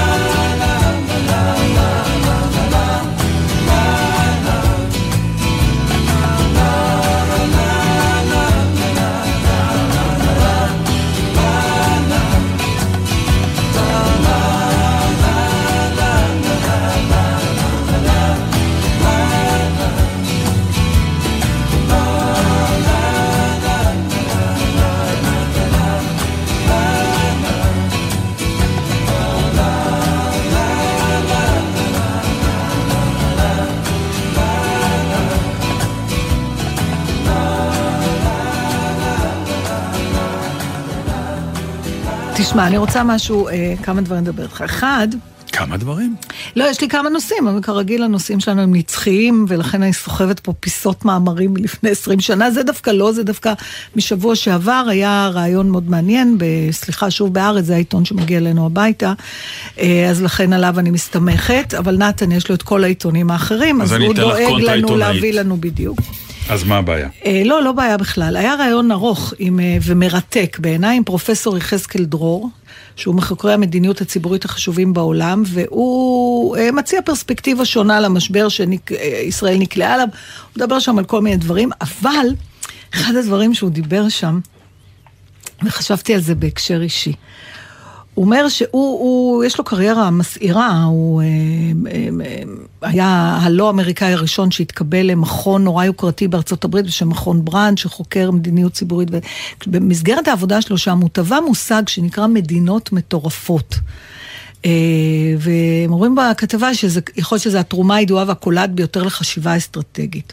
תשמע, אני רוצה משהו, אה, כמה דברים לדבר איתך. אחד, כמה דברים? לא, יש לי כמה נושאים, אבל כרגיל הנושאים שלנו הם נצחיים, ולכן אני סוחבת פה פיסות מאמרים מלפני עשרים שנה, זה דווקא לא, זה דווקא משבוע שעבר, היה רעיון מאוד מעניין, בסליחה שוב בארץ, זה העיתון שמגיע אלינו הביתה, אז לכן עליו אני מסתמכת, אבל נתן יש לו את כל העיתונים האחרים, אז, אז הוא דואג לנו להביא לנו בדיוק. אז מה הבעיה? אה, לא, לא בעיה בכלל. היה רעיון ארוך עם, אה, ומרתק בעיניי עם פרופסור יחזקאל דרור, שהוא מחוקרי המדיניות הציבורית החשובים בעולם, והוא אה, מציע פרספקטיבה שונה למשבר שישראל נקלעה עליו. הוא מדבר שם על כל מיני דברים, אבל אחד הדברים שהוא דיבר שם, וחשבתי על זה בהקשר אישי, הוא אומר שהוא, הוא, יש לו קריירה מסעירה, הוא אה, אה, היה הלא אמריקאי הראשון שהתקבל למכון נורא יוקרתי בארצות הברית, בשם מכון ברנד, שחוקר מדיניות ציבורית, ובמסגרת העבודה שלו שם הוא טבע מושג שנקרא מדינות מטורפות. אה, והם אומרים בכתבה שיכול שזה התרומה הידועה והקולעת ביותר לחשיבה אסטרטגית.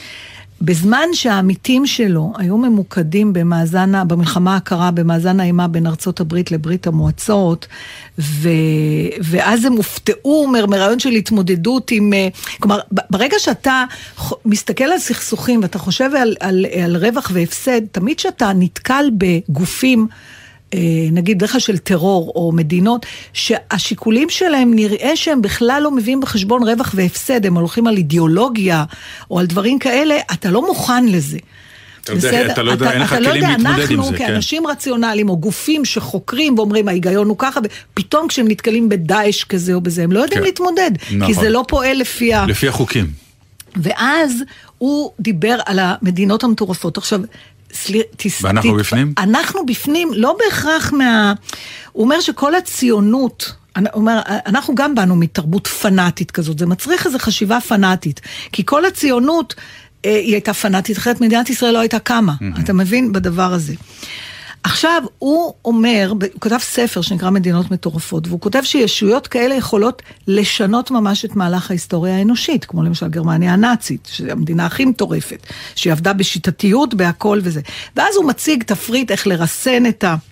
בזמן שהעמיתים שלו היו ממוקדים במאזן, במלחמה הקרה, במאזן האימה בין ארצות הברית לברית המועצות, ו, ואז הם הופתעו מרעיון של התמודדות עם, כלומר, ברגע שאתה מסתכל על סכסוכים, ואתה חושב על, על, על רווח והפסד, תמיד שאתה נתקל בגופים, נגיד דרך של טרור או מדינות, שהשיקולים שלהם נראה שהם בכלל לא מביאים בחשבון רווח והפסד, הם הולכים על אידיאולוגיה או על דברים כאלה, אתה לא מוכן לזה. אתה יודע, אתה לא יודע, אין לך כלים להתמודד עם זה. אנחנו כאנשים רציונליים או גופים שחוקרים ואומרים ההיגיון הוא ככה, פתאום כשהם נתקלים בדאעש כזה או בזה, הם לא יודעים להתמודד, כי זה לא פועל לפי ה... לפי החוקים. ואז הוא דיבר על המדינות המטורפות. עכשיו, ואנחנו בפנים? אנחנו בפנים, לא בהכרח מה... הוא אומר שכל הציונות, הוא אומר, אנחנו גם באנו מתרבות פנאטית כזאת, זה מצריך איזו חשיבה פנאטית, כי כל הציונות היא הייתה פנאטית, אחרת מדינת ישראל לא הייתה קמה, אתה מבין בדבר הזה. עכשיו, הוא אומר, הוא כתב ספר שנקרא מדינות מטורפות, והוא כותב שישויות כאלה יכולות לשנות ממש את מהלך ההיסטוריה האנושית, כמו למשל גרמניה הנאצית, שהיא המדינה הכי מטורפת, שהיא עבדה בשיטתיות, בהכל וזה. ואז הוא מציג תפריט איך לרסן את ה...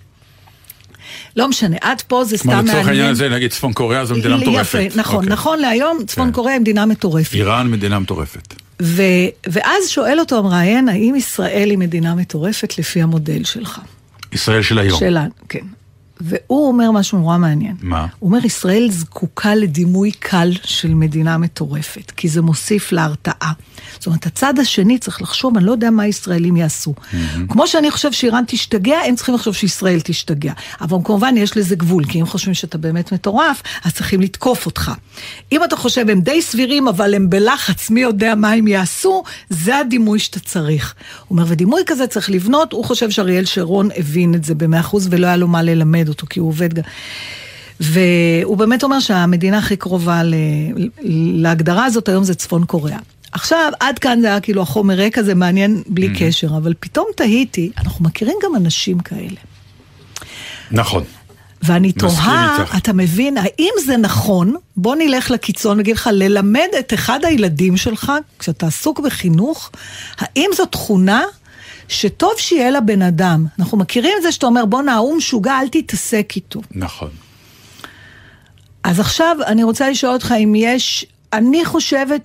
לא משנה, עד פה זה סתם מעניין. כמו לצורך העניין הזה, נגיד צפון קוריאה זו מדינה מטורפת. יפה, נכון, okay. נכון להיום צפון okay. קוריאה היא מדינה מטורפת. איראן מדינה מטורפת. ו... ואז שואל אותו המראיין, האם ישראל היא מדינה מטורפת לפי המודל שלך? ישראל של היום. שלנו, כן. והוא אומר משהו נורא מעניין. מה? הוא אומר, ישראל זקוקה לדימוי קל של מדינה מטורפת, כי זה מוסיף להרתעה. זאת אומרת, הצד השני צריך לחשוב, אני לא יודע מה ישראלים יעשו. Mm-hmm. כמו שאני חושב שאיראן תשתגע, הם צריכים לחשוב שישראל תשתגע. אבל כמובן יש לזה גבול, כי אם חושבים שאתה באמת מטורף, אז צריכים לתקוף אותך. אם אתה חושב, הם די סבירים, אבל הם בלחץ, מי יודע מה הם יעשו, זה הדימוי שאתה צריך. הוא אומר, ודימוי כזה צריך לבנות, הוא חושב שאריאל שרון הבין את זה במאה אחוז, ולא היה לו מה ללמד אותו, כי הוא עובד גם. והוא באמת אומר שהמדינה הכי קרובה להגדרה הזאת היום זה צפון קוריאה. עכשיו, עד כאן זה היה כאילו החומר רקע, זה מעניין בלי mm-hmm. קשר, אבל פתאום תהיתי, אנחנו מכירים גם אנשים כאלה. נכון. ואני תוהה, אתה מבין, האם זה נכון, בוא נלך לקיצון, נגיד לך, ללמד את אחד הילדים שלך, כשאתה עסוק בחינוך, האם זו תכונה שטוב שיהיה לבן אדם? אנחנו מכירים את זה שאתה אומר, בוא נעום משוגע, אל תתעסק איתו. נכון. אז עכשיו אני רוצה לשאול אותך אם יש... אני חושבת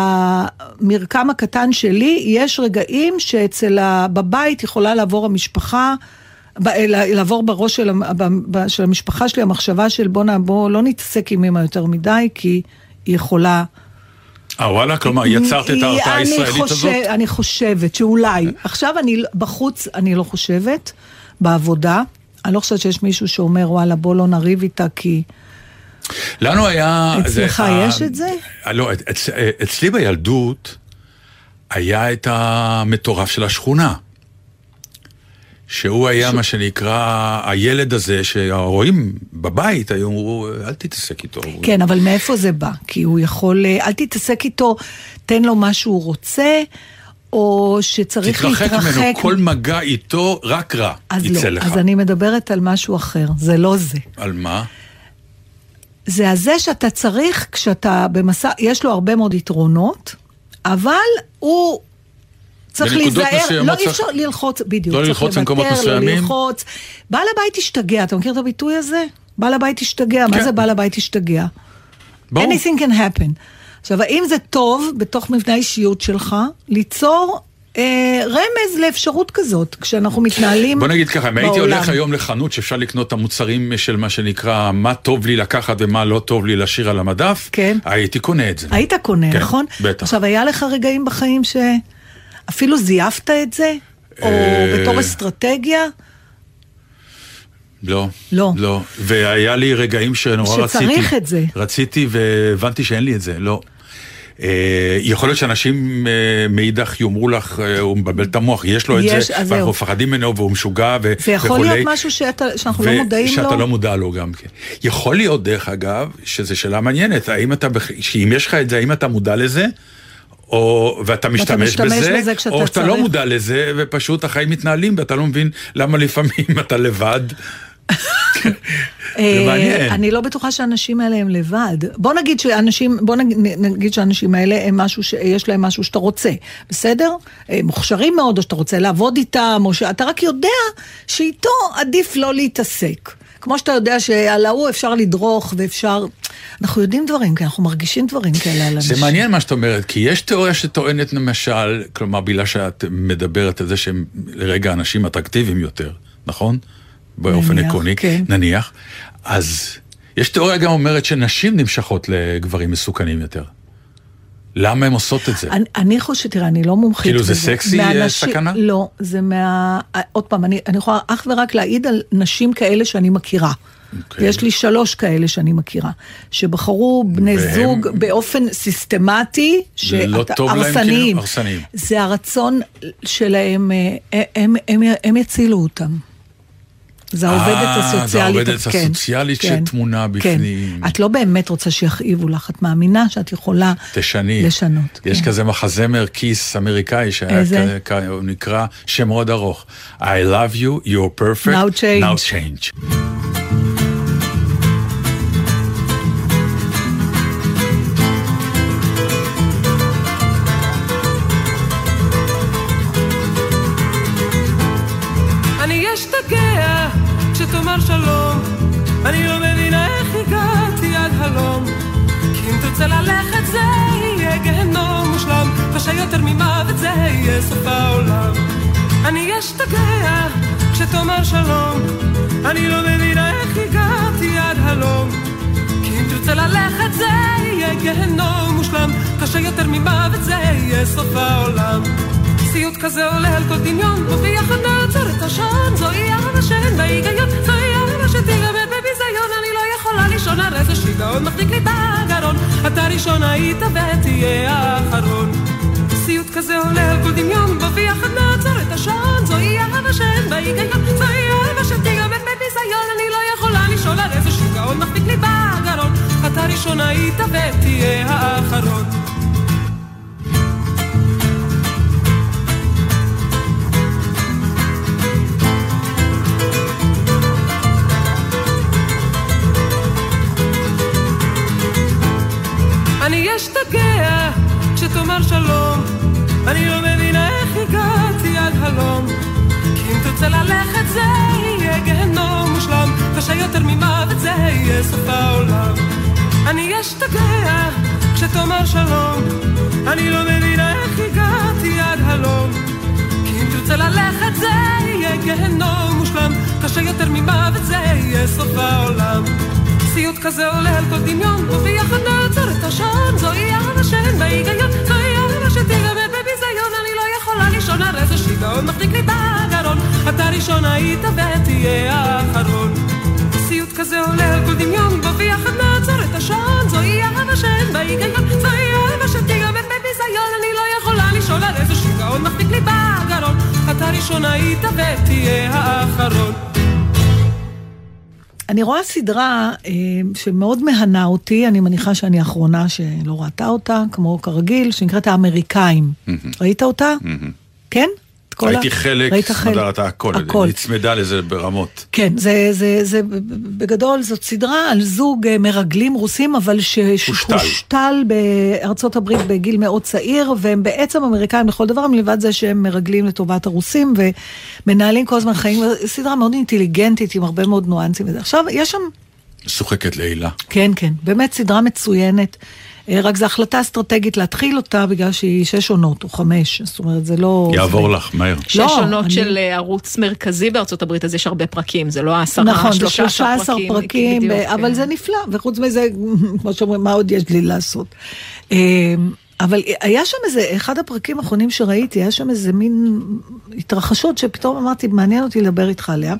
שבמרקם הקטן שלי יש רגעים שאצל בבית יכולה לעבור המשפחה, לעבור בראש של, של המשפחה שלי, המחשבה של בוא, בוא לא נתעסק עם אמא יותר מדי, כי היא יכולה... אה, וואלה, כלומר, יצרת את ההרתעה הישראלית הזאת? אני חושבת שאולי. עכשיו אני בחוץ, אני לא חושבת, בעבודה, אני לא חושבת שיש מישהו שאומר, וואלה, בוא לא נריב איתה, כי... לנו היה... אצלך יש את זה? לא, אצלי בילדות היה את המטורף של השכונה. שהוא היה מה שנקרא הילד הזה שהרואים בבית, היום הוא, אל תתעסק איתו. כן, אבל מאיפה זה בא? כי הוא יכול, אל תתעסק איתו, תן לו מה שהוא רוצה, או שצריך להתרחק. תתרחק ממנו, כל מגע איתו רק רע יצא לך. אז אני מדברת על משהו אחר, זה לא זה. על מה? זה הזה שאתה צריך, כשאתה במסע, יש לו הרבה מאוד יתרונות, אבל הוא צריך להיזהר, לא אי אפשר ללחוץ, בדיוק, לא ללחוץ במקומות מסוימים. לא ללחוץ. בעל הבית תשתגע, אתה מכיר את הביטוי הזה? בעל הבית תשתגע, מה זה בעל הבית תשתגע? Anything can happen. עכשיו, האם זה טוב, בתוך מבנה האישיות שלך, ליצור רמז לאפשרות כזאת, כשאנחנו מתנהלים בעולם. בוא נגיד ככה, אם הייתי הולך היום לחנות שאפשר לקנות את המוצרים של מה שנקרא, מה טוב לי לקחת ומה לא טוב לי להשאיר על המדף, כן. הייתי קונה את זה. היית קונה, כן, נכון? בטח. עכשיו, היה לך רגעים בחיים ש... אפילו זייפת את זה? או בתור אסטרטגיה? לא. לא. לא. והיה לי רגעים שנורא רציתי. שצריך את זה. רציתי והבנתי שאין לי את זה, לא. יכול להיות שאנשים מאידך יאמרו לך, הוא מבלבל את המוח, יש לו את זה, ואנחנו מפחדים ממנו, והוא משוגע וכולי. זה יכול להיות משהו שאנחנו לא מודעים לו? ושאתה לא מודע לו גם כן. יכול להיות דרך אגב, שזו שאלה מעניינת, האם אתה, שאם יש לך את זה, האם אתה מודע לזה, או, ואתה משתמש בזה, בזה או שאתה לא מודע לזה, ופשוט החיים מתנהלים, ואתה לא מבין למה לפעמים אתה לבד. אני לא בטוחה שהאנשים האלה הם לבד. בוא נגיד שאנשים, בוא נגיד שהאנשים האלה הם משהו, יש להם משהו שאתה רוצה, בסדר? מוכשרים מאוד, או שאתה רוצה לעבוד איתם, או שאתה רק יודע שאיתו עדיף לא להתעסק. כמו שאתה יודע שעל ההוא אפשר לדרוך ואפשר... אנחנו יודעים דברים, כי אנחנו מרגישים דברים כאלה על אנשים. זה מעניין מה שאת אומרת, כי יש תיאוריה שטוענת למשל, כלומר, בגלל שאת מדברת על זה שהם לרגע אנשים אטרקטיביים יותר, נכון? באופן עקרוני, כן. נניח. אז יש תיאוריה גם אומרת שנשים נמשכות לגברים מסוכנים יותר. למה הם עושות את זה? אני, אני חושבת, תראה, אני לא מומחית. כאילו זה סקסי מהנשים, סכנה? לא, זה מה... עוד פעם, אני, אני יכולה אך ורק להעיד על נשים כאלה שאני מכירה. Okay. יש לי שלוש כאלה שאני מכירה, שבחרו בני והם... זוג באופן סיסטמטי, לא טוב להם כאילו הרסניים. זה הרצון שלהם, הם, הם, הם, הם יצילו אותם. זה העובדת הסוציאלית. זה העובדת הסוציאלית שתמונה בפנים. את לא באמת רוצה שיכאיבו לך, את מאמינה שאת יכולה לשנות. יש כזה מחזמר כיס אמריקאי, שהוא נקרא שם מאוד ארוך. I love you, you're perfect, now change. תאמר שלום, אני לא מבינה איך הגעתי עד הלום, כי אם תרצה ללכת זה יהיה גהנום מושלם, ושיותר ממוות זה יהיה סוף העולם. אני אשתגע כשתאמר שלום, אני לא מבינה איך הגעתי עד הלום, כי אם תרצה ללכת זה יהיה גהנום מושלם, ושיותר ממוות זה יהיה סוף העולם. סיוט כזה עולה על כל דמיון, וביחד נעצר את השעון, זוהי אהבה שאין בהיגיון, זוהי אהבה שתיגמר בביזיון, אני לא יכולה לישון, הרי זה שיגעון מחזיק לי בגרון, אתה ראשון היית ותהיה האחרון. סיוט כזה עולה על כל דמיון, וביחד נעצר את השעון, זוהי אהבה שאין בהיגיון, זוהי אהבה שתיגמר בביזיון, אני לא יכולה לישון, הרי זה שיגעון מחזיק לי בגרון, אתה ראשון היית ותהיה האחרון. אני אשתגע כשתאמר שלום, אני לא מבינה איך הגעתי עד הלום, כי אם תרצה ללכת זה יהיה גהנום מושלם, ושיותר ממוות זה יהיה סוף העולם. אני אשתגע כשתאמר שלום, אני לא מבינה איך הגעתי עד הלום, כי אם תרצה ללכת זה יהיה גהנום מושלם, ושיותר ממוות זה יהיה סוף העולם. סיוט כזה עולה על כל דמיון, וביחד נעצר את השעון, זוהי אהבה שאין בהיגיון, זוהי אהבה שתיגמר בביזיון, אני לא יכולה לישון, הרי זה שיגעון מחזיק לי בגרון, אתה ראשון היית ותהיה האחרון. סיוט כזה עולה על כל דמיון, וביחד נעצר את השעון, זוהי אהבה שאין בהיגיון, זוהי אהבה שתיגמר בביזיון, אני לא יכולה לישון, הרי זה שיגעון מחזיק לי בגרון, אתה ראשון היית ותהיה האחרון. אני רואה סדרה אה, שמאוד מהנה אותי, אני מניחה שאני האחרונה שלא ראתה אותה, כמו כרגיל, שנקראת האמריקאים. Mm-hmm. ראית אותה? Mm-hmm. כן? הייתי חלק, מדעת הכל, הכל. נצמדה לזה ברמות. כן, זה, זה, זה, בגדול זאת סדרה על זוג מרגלים רוסים, אבל ששושטל בארצות הברית בגיל מאוד צעיר, והם בעצם אמריקאים לכל דבר, מלבד זה שהם מרגלים לטובת הרוסים, ומנהלים כל הזמן חיים, סדרה מאוד אינטליגנטית, עם הרבה מאוד נואנסים. עכשיו, יש שם... שוחקת לילה. כן, כן, באמת סדרה מצוינת. רק זו החלטה אסטרטגית להתחיל אותה, בגלל שהיא שש עונות או חמש, זאת אומרת, זה לא... יעבור לך, מהר. שש עונות של ערוץ מרכזי בארצות הברית, אז יש הרבה פרקים, זה לא העשרה, שלושה עשר פרקים, אבל זה נפלא, וחוץ מזה, כמו שאומרים, מה עוד יש לי לעשות? אבל היה שם איזה, אחד הפרקים האחרונים שראיתי, היה שם איזה מין התרחשות שפתאום אמרתי, מעניין אותי לדבר איתך עליה.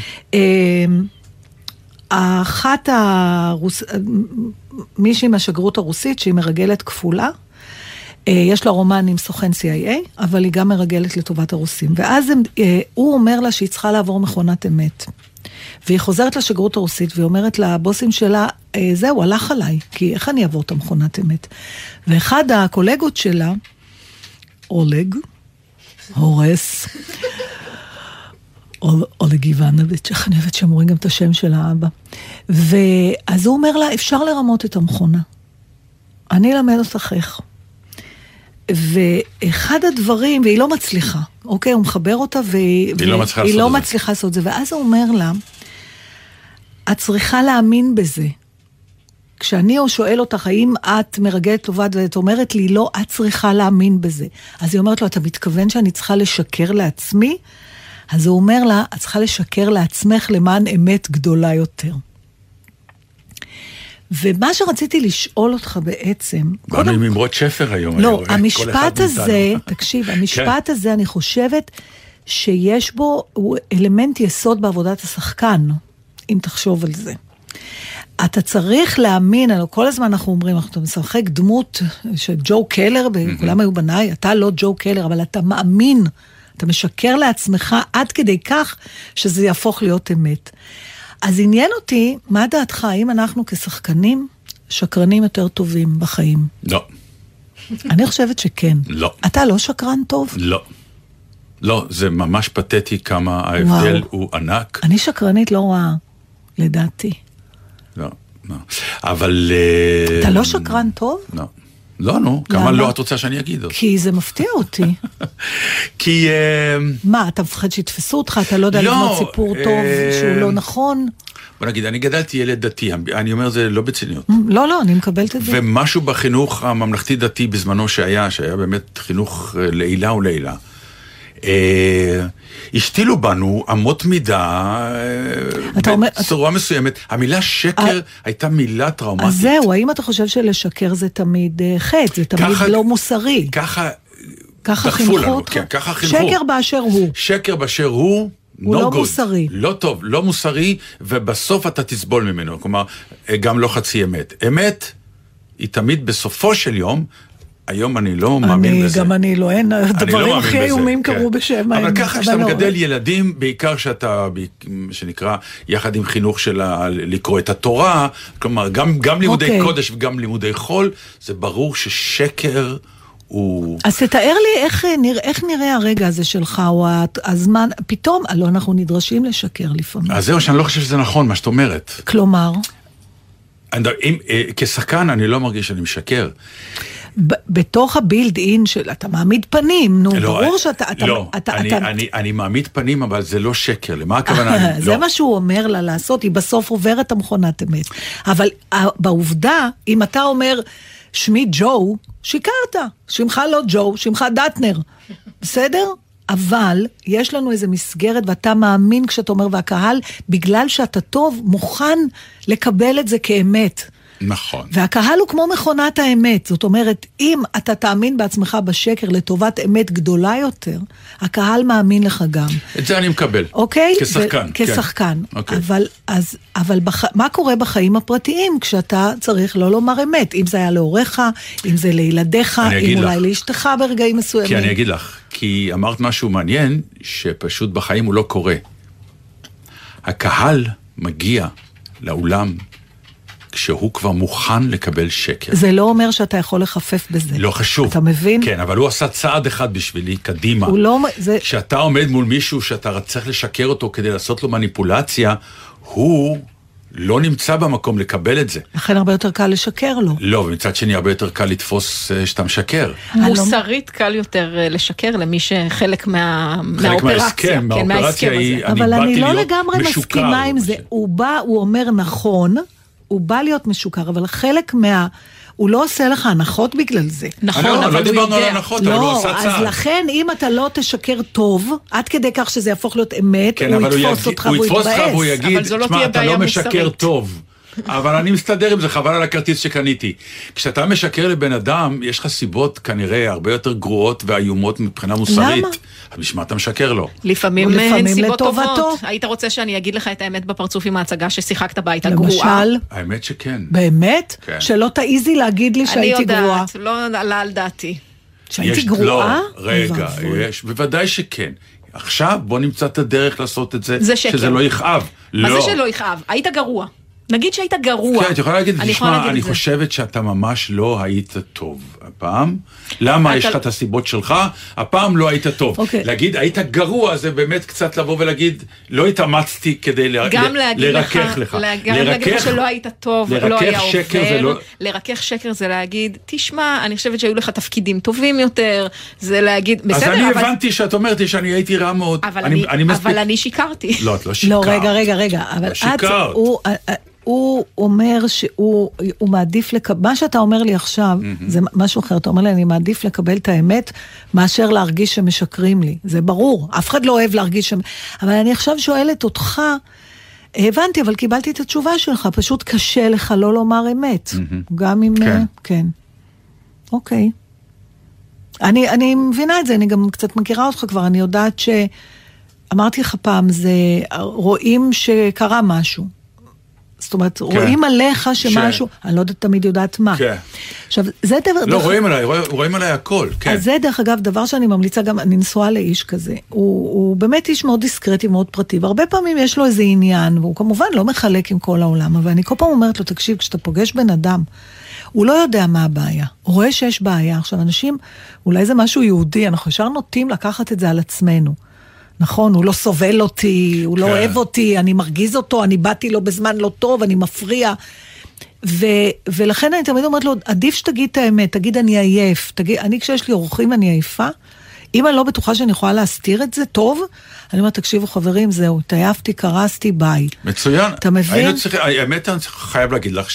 אחת הרוס... מישהי מהשגרות הרוסית, שהיא מרגלת כפולה, יש לה רומן עם סוכן סי איי איי, אבל היא גם מרגלת לטובת הרוסים. ואז הם, הוא אומר לה שהיא צריכה לעבור מכונת אמת. והיא חוזרת לשגרות הרוסית, והיא אומרת לבוסים שלה, זהו, הלך עליי, כי איך אני אעבור את המכונת אמת? ואחד הקולגות שלה, אולג, הורס, אולג איבנוביץ', איך אני אוהבת שאומרים גם את השם של האבא. ואז הוא אומר לה, אפשר לרמות את המכונה. אני אלמד אותך איך. ואחד הדברים, והיא לא מצליחה, אוקיי, הוא מחבר אותה, והיא לא מצליחה והיא לא לעשות מצליחה לעשות את זה. ואז הוא אומר לה, את צריכה להאמין בזה. כשאני שואל אותך, האם את מרגלת טובה, ואת אומרת לי, לא, את צריכה להאמין בזה. אז היא אומרת לו, אתה מתכוון שאני צריכה לשקר לעצמי? אז הוא אומר לה, את צריכה לשקר לעצמך למען אמת גדולה יותר. ומה שרציתי לשאול אותך בעצם... באנו עם אמרות שפר היום. לא, המשפט הזה, תקשיב, המשפט הזה, אני חושבת שיש בו אלמנט יסוד בעבודת השחקן, אם תחשוב על זה. אתה צריך להאמין, כל הזמן אנחנו אומרים, אתה משחק דמות של ג'ו קלר, וכולם היו בניי, אתה לא ג'ו קלר, אבל אתה מאמין, אתה משקר לעצמך עד כדי כך שזה יהפוך להיות אמת. אז עניין אותי, מה דעתך, האם אנחנו כשחקנים שקרנים יותר טובים בחיים? לא. אני חושבת שכן. לא. אתה לא שקרן טוב? לא. לא, זה ממש פתטי כמה ההבדל וואו. הוא ענק. אני שקרנית לא רואה, לדעתי. לא, לא. אבל... אתה לא שקרן טוב? לא. לא, נו, כמה לא את רוצה שאני אגיד? כי זה מפתיע אותי. כי... מה, אתה מפחד שיתפסו אותך, אתה לא יודע לבנות סיפור טוב שהוא לא נכון? בוא נגיד, אני גדלתי ילד דתי, אני אומר זה לא בציניות. לא, לא, אני מקבלת את זה. ומשהו בחינוך הממלכתי דתי בזמנו שהיה, שהיה באמת חינוך לעילה ולעילה. השתילו בנו אמות מידה בצורה מסוימת. המילה שקר הייתה מילה טראומטית. אז זהו, האם אתה חושב שלשקר זה תמיד חטא, זה תמיד לא מוסרי? ככה ככה חינכו אותך? ככה חינכו. שקר באשר הוא. שקר באשר הוא, הוא לא מוסרי. לא טוב, לא מוסרי, ובסוף אתה תסבול ממנו. כלומר, גם לא חצי אמת. אמת היא תמיד בסופו של יום, היום אני לא מאמין בזה. גם אני לא, אין, דברים הכי איומים קרו בשם. אבל ככה שאתה מגדל ילדים, בעיקר שאתה, שנקרא, יחד עם חינוך של לקרוא את התורה, כלומר, גם לימודי קודש וגם לימודי חול, זה ברור ששקר הוא... אז תתאר לי איך נראה הרגע הזה שלך, או הזמן, פתאום, לא, אנחנו נדרשים לשקר לפעמים. אז זהו, שאני לא חושב שזה נכון, מה שאת אומרת. כלומר? כשחקן אני לא מרגיש שאני משקר. בתוך הבילד אין של, אתה מעמיד פנים, נו, ברור שאתה... לא, אני מעמיד פנים, אבל זה לא שקר, למה הכוונה? זה מה שהוא אומר לה לעשות, היא בסוף עוברת המכונת אמת. אבל בעובדה, אם אתה אומר, שמי ג'ו, שיקרת, שמך לא ג'ו, שמך דטנר, בסדר? אבל יש לנו איזו מסגרת, ואתה מאמין כשאתה אומר, והקהל, בגלל שאתה טוב, מוכן לקבל את זה כאמת. נכון. והקהל הוא כמו מכונת האמת. זאת אומרת, אם אתה תאמין בעצמך בשקר לטובת אמת גדולה יותר, הקהל מאמין לך גם. את זה אני מקבל. אוקיי? כשחקן. ו- כשחקן. כן. אוקיי. אבל, אז, אבל בח... מה קורה בחיים הפרטיים כשאתה צריך לא לומר אמת? אם זה היה להוריך, אם זה לילדיך, אם אולי לאשתך ברגעים מסוימים. כי אני אגיד לך, כי אמרת משהו מעניין, שפשוט בחיים הוא לא קורה. הקהל מגיע לאולם, כשהוא כבר מוכן לקבל שקר. זה לא אומר שאתה יכול לחפף בזה. לא חשוב. אתה מבין? כן, אבל הוא עשה צעד אחד בשבילי, קדימה. הוא לא... זה... כשאתה עומד מול מישהו שאתה צריך לשקר אותו כדי לעשות לו מניפולציה, הוא לא נמצא במקום לקבל את זה. לכן הרבה יותר קל לשקר לו. לא, ומצד שני הרבה יותר קל לתפוס שאתה משקר. מוסרית קל יותר לשקר למי שחלק מהאופרציה. כן, מהאופרציה היא... אבל אני לא לגמרי מסכימה עם זה. הוא בא, הוא אומר נכון, הוא בא להיות משוקר, אבל חלק מה... הוא לא עושה לך הנחות בגלל זה. נכון, אבל הוא יודע. לא דיברנו על הנחות, אבל הוא עשה צעד. אז לכן, אם אתה לא תשקר טוב, עד כדי כך שזה יהפוך להיות אמת, הוא יתפוס אותך והוא יתבאס. והוא יגיד, תשמע, אתה לא משקר טוב. אבל אני מסתדר עם זה, חבל על הכרטיס שקניתי. כשאתה משקר לבן אדם, יש לך סיבות כנראה הרבה יותר גרועות ואיומות מבחינה מוסרית. למה? בשביל מה אתה משקר לו? לפעמים הן סיבות טובות. היית רוצה שאני אגיד לך את האמת בפרצוף עם ההצגה ששיחקת בה, הייתה גרועה? למשל? האמת שכן. באמת? שלא תעיזי להגיד לי שהייתי גרועה. אני יודעת, לא עלה על דעתי. שהייתי גרועה? לא, רגע, יש, בוודאי שכן. עכשיו בוא נמצא את הדרך לעשות את זה, זה שקר. שזה לא יכאב. מה לא. זה שלא יכאב? היית גרוע. נגיד שהיית גרוע. כן, את יכולה להגיד, תשמע, אני חושבת שאתה ממש לא היית טוב הפעם. למה יש לך את הסיבות שלך? הפעם לא היית טוב. להגיד, היית גרוע, זה באמת קצת לבוא ולהגיד, לא התאמצתי כדי לרכך לך. גם להגיד שלא היית טוב, לא היה עובר. לרכך שקר זה להגיד, תשמע, אני חושבת שהיו לך תפקידים טובים יותר, זה להגיד, בסדר. אז אני הבנתי שאת אומרת שאני הייתי רע מאוד. אבל אני שיקרתי. לא, את לא שיקרת. לא, רגע, רגע, רגע. אבל את, הוא אומר שהוא הוא מעדיף לקבל, מה שאתה אומר לי עכשיו, mm-hmm. זה משהו אחר, אתה אומר לי, אני מעדיף לקבל את האמת, מאשר להרגיש שמשקרים לי. זה ברור, אף אחד לא אוהב להרגיש ש... אבל אני עכשיו שואלת אותך, הבנתי, אבל קיבלתי את התשובה שלך, פשוט קשה לך לא לומר אמת. Mm-hmm. גם אם... כן. כן. אוקיי. אני, אני מבינה את זה, אני גם קצת מכירה אותך כבר, אני יודעת ש... אמרתי לך פעם, זה רואים שקרה משהו. זאת אומרת, כן. רואים עליך שמשהו, כן. אני לא יודעת, תמיד יודעת מה. כן. עכשיו, זה דבר... לא, דרך... רואים עליי, רואים עליי הכל, כן. אז זה דרך אגב, דבר שאני ממליצה גם, אני נשואה לאיש כזה. הוא, הוא באמת איש מאוד דיסקרטי, מאוד פרטי, והרבה פעמים יש לו איזה עניין, והוא כמובן לא מחלק עם כל העולם, אבל אני כל פעם אומרת לו, תקשיב, כשאתה פוגש בן אדם, הוא לא יודע מה הבעיה. הוא רואה שיש בעיה. עכשיו, אנשים, אולי זה משהו יהודי, אנחנו ישר נוטים לקחת את זה על עצמנו. נכון, הוא לא סובל אותי, הוא לא אוהב אותי, אני מרגיז אותו, אני באתי לו בזמן לא טוב, אני מפריע. ו, ולכן אני תמיד אומרת לו, עדיף שתגיד את האמת, תגיד אני עייף, תגיד, אני כשיש לי אורחים אני עייפה, אם אני לא בטוחה שאני יכולה להסתיר את זה, טוב, אני אומרת, תקשיבו חברים, זהו, תעייפתי, קרסתי, ביי. מצוין. אתה מבין? צריך, האמת אני חייב להגיד לך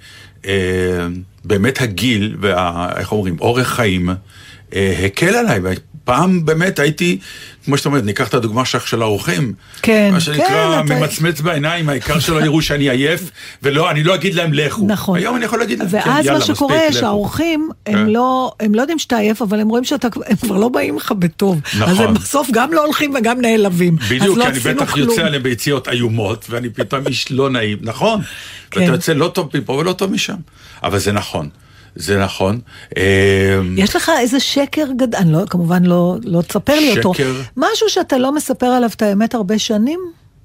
שבאמת הגיל, וה, איך אומרים, אורך חיים, הקל עליי, פעם באמת הייתי, כמו שאתה אומרת, ניקח את הדוגמה שלך של האורחים, כן, מה שנקרא, כן, ממצמץ בעיניים, העיקר שלא יראו שאני עייף, ולא, אני לא אגיד להם לכו. נכון. היום אני יכול להגיד להם, ואז כן, יאללה, מה שקורה, שהאורחים, הם, כן. לא, הם לא יודעים שאתה עייף, אבל הם רואים שאתה, הם כבר לא באים לך בטוב. נכון. אז הם בסוף גם לא הולכים וגם נעלבים. בדיוק, לא כי אני בטח כלום. יוצא עליהם ביציאות איומות, ואני פתאום איש לא נעים, נכון? כן. ואתה יוצא לא טוב מפה ולא טוב משם. אבל זה נכון. זה נכון. יש לך איזה שקר גדול, אני לא, כמובן לא, לא תספר לי אותו. שקר. משהו שאתה לא מספר עליו את האמת הרבה שנים?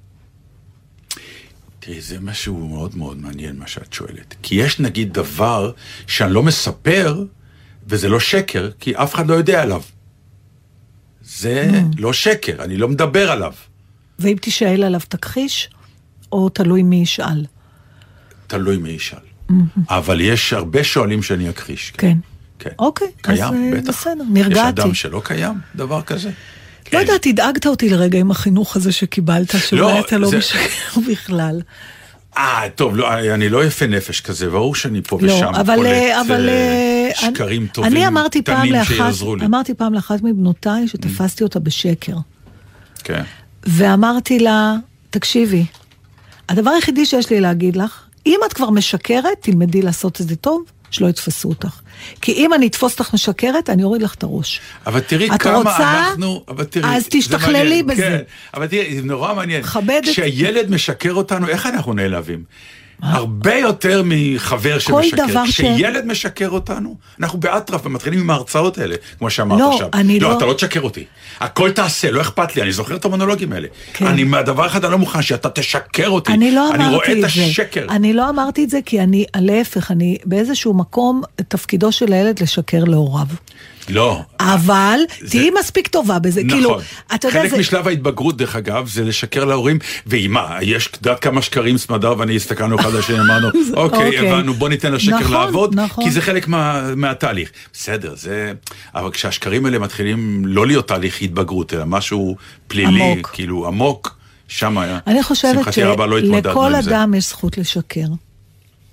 תראי, זה משהו מאוד מאוד מעניין מה שאת שואלת. כי יש נגיד דבר שאני לא מספר, וזה לא שקר, כי אף אחד לא יודע עליו. זה לא שקר, אני לא מדבר עליו. ואם תשאל עליו תכחיש, או תלוי מי ישאל? תלוי מי ישאל. אבל יש הרבה שואלים שאני אכחיש. כן. כן. אוקיי. קיים, בטח. בסדר, נרגעתי. יש אדם שלא קיים, דבר כזה. לא יודעת, הדאגת אותי לרגע עם החינוך הזה שקיבלת, שאולי אתה לא משקר בכלל. אה, טוב, אני לא יפה נפש כזה, ברור שאני פה ושם קולט שקרים טובים, קטנים שיעזרו לי. אמרתי פעם לאחת מבנותיי שתפסתי אותה בשקר. כן. ואמרתי לה, תקשיבי, הדבר היחידי שיש לי להגיד לך, אם את כבר משקרת, תלמדי לעשות את זה טוב, שלא יתפסו אותך. כי אם אני אתפוס אותך משקרת, אני אוריד לך את הראש. אבל תראי כמה רוצה, אנחנו... אבל תראי, אז תשתכללי בזה. כן, אבל תראי, זה נורא מעניין. כשהילד משקר אותנו, איך אנחנו נעלבים? הרבה יותר מחבר שמשקר. כשילד משקר אותנו, אנחנו באטרף ומתחילים עם ההרצאות האלה, כמו שאמרת לא, עכשיו. אני לא, לא, אתה לא תשקר אותי. הכל תעשה, לא אכפת לי, אני זוכר את המונולוגים האלה. כן. אני, מהדבר אחד אני לא מוכן, שאתה תשקר אותי. אני לא אני אמרתי רואה את את השקר. זה. אני לא אמרתי את זה, כי אני, להפך, אני באיזשהו מקום, תפקידו של הילד לשקר להוריו. לא. אבל תהי מספיק טובה בזה. נכון. חלק משלב ההתבגרות, דרך אגב, זה לשקר להורים, ואימה, יש דעת כמה שקרים סמדר, ואני הסתכלנו אחד לשני, אמרנו, אוקיי, הבנו, בוא ניתן לשקר לעבוד, כי זה חלק מהתהליך. בסדר, זה... אבל כשהשקרים האלה מתחילים לא להיות תהליך התבגרות, אלא משהו פלילי, כאילו עמוק, שם היה. אני חושבת שלכל אדם יש זכות לשקר.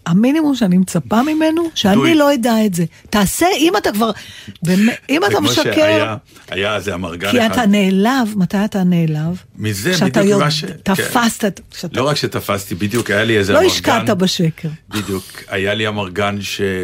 המינימום שאני מצפה ממנו, שאני לא אדע את זה. תעשה, אם אתה כבר, אם אתה משקר... זה כמו שהיה, זה המרגן אחד. כי אתה נעלב, מתי אתה נעלב? מזה בדיוק מה ש... תפסת... לא רק שתפסתי, בדיוק היה לי איזה המרגן... לא השקעת בשקר. בדיוק, היה לי המרגן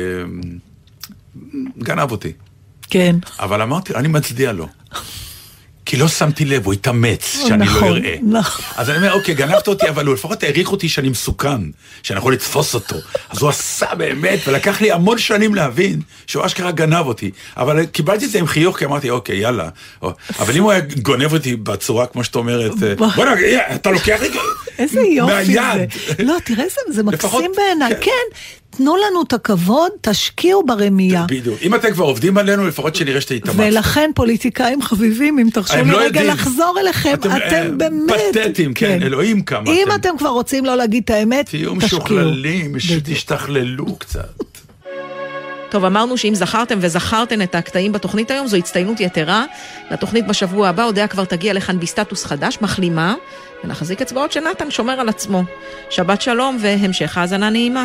שגנב אותי. כן. אבל אמרתי, אני מצדיע לו. כי לא שמתי לב, הוא התאמץ שאני לא אראה. אז אני אומר, אוקיי, גנבת אותי, אבל הוא לפחות העריך אותי שאני מסוכן, שאני יכול לתפוס אותו. אז הוא עשה באמת, ולקח לי המון שנים להבין שהוא אשכרה גנב אותי. אבל קיבלתי את זה עם חיוך, כי אמרתי, אוקיי, יאללה. אבל אם הוא היה גונב אותי בצורה, כמו שאת אומרת, בוא נגיד, אתה לוקח לי איזה יופי זה. לא, תראה, זה מקסים בעיניי. כן. תנו לנו את הכבוד, תשקיעו ברמייה. בדיוק. אם אתם כבר עובדים עלינו, לפחות שנראה שאתה התאמצת. ולכן פוליטיקאים חביבים, אם תרשו לי רגע לחזור אליכם, אתם באמת... פתטים, כן, אלוהים כמה. אם אתם כבר רוצים לא להגיד את האמת, תשקיעו. תהיו משוכללים, שתשתכללו קצת. טוב, אמרנו שאם זכרתם וזכרתם את הקטעים בתוכנית היום, זו הצטיינות יתרה. לתוכנית בשבוע הבא, הודעה כבר תגיע לכאן בסטטוס חדש, מחלימה, ונחזיק אצבעות שנתן שומר על עצמו. שבת שלום והמשך האזנה נעימה.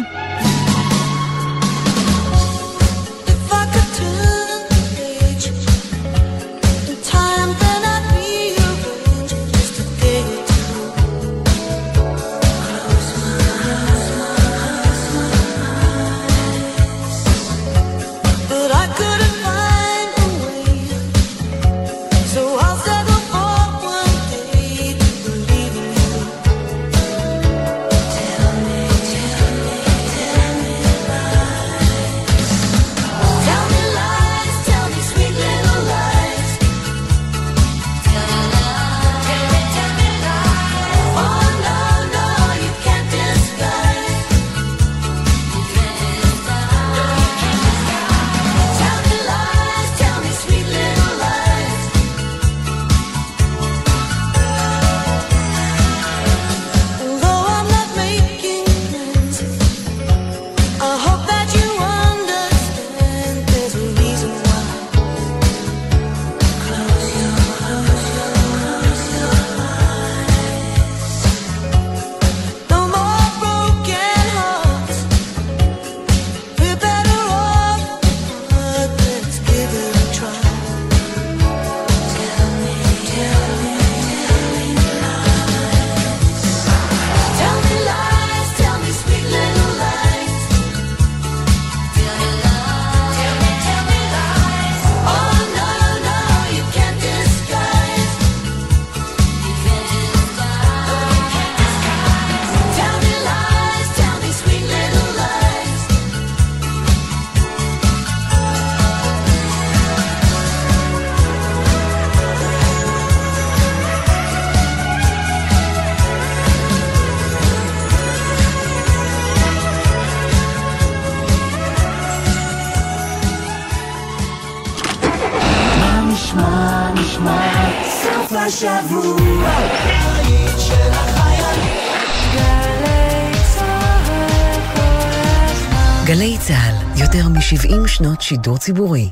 השבוע היית של החיילים גלי צהל כל הזמן גלי צהל, יותר מ-שבעים שנות שידור ציבורי.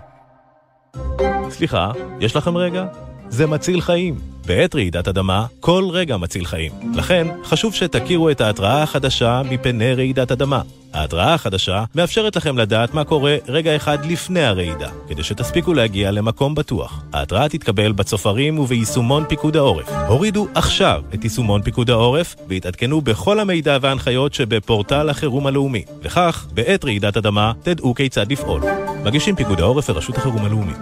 סליחה, יש לכם רגע? זה מציל חיים. בעת רעידת אדמה, כל רגע מציל חיים. לכן, חשוב שתכירו את ההתראה החדשה מפני רעידת אדמה. ההתראה החדשה מאפשרת לכם לדעת מה קורה רגע אחד לפני הרעידה, כדי שתספיקו להגיע למקום בטוח. ההתראה תתקבל בצופרים וביישומון פיקוד העורף. הורידו עכשיו את יישומון פיקוד העורף, והתעדכנו בכל המידע וההנחיות שבפורטל החירום הלאומי. וכך, בעת רעידת אדמה, תדעו כיצד לפעול. מגישים פיקוד העורף ורשות החירום הלאומית.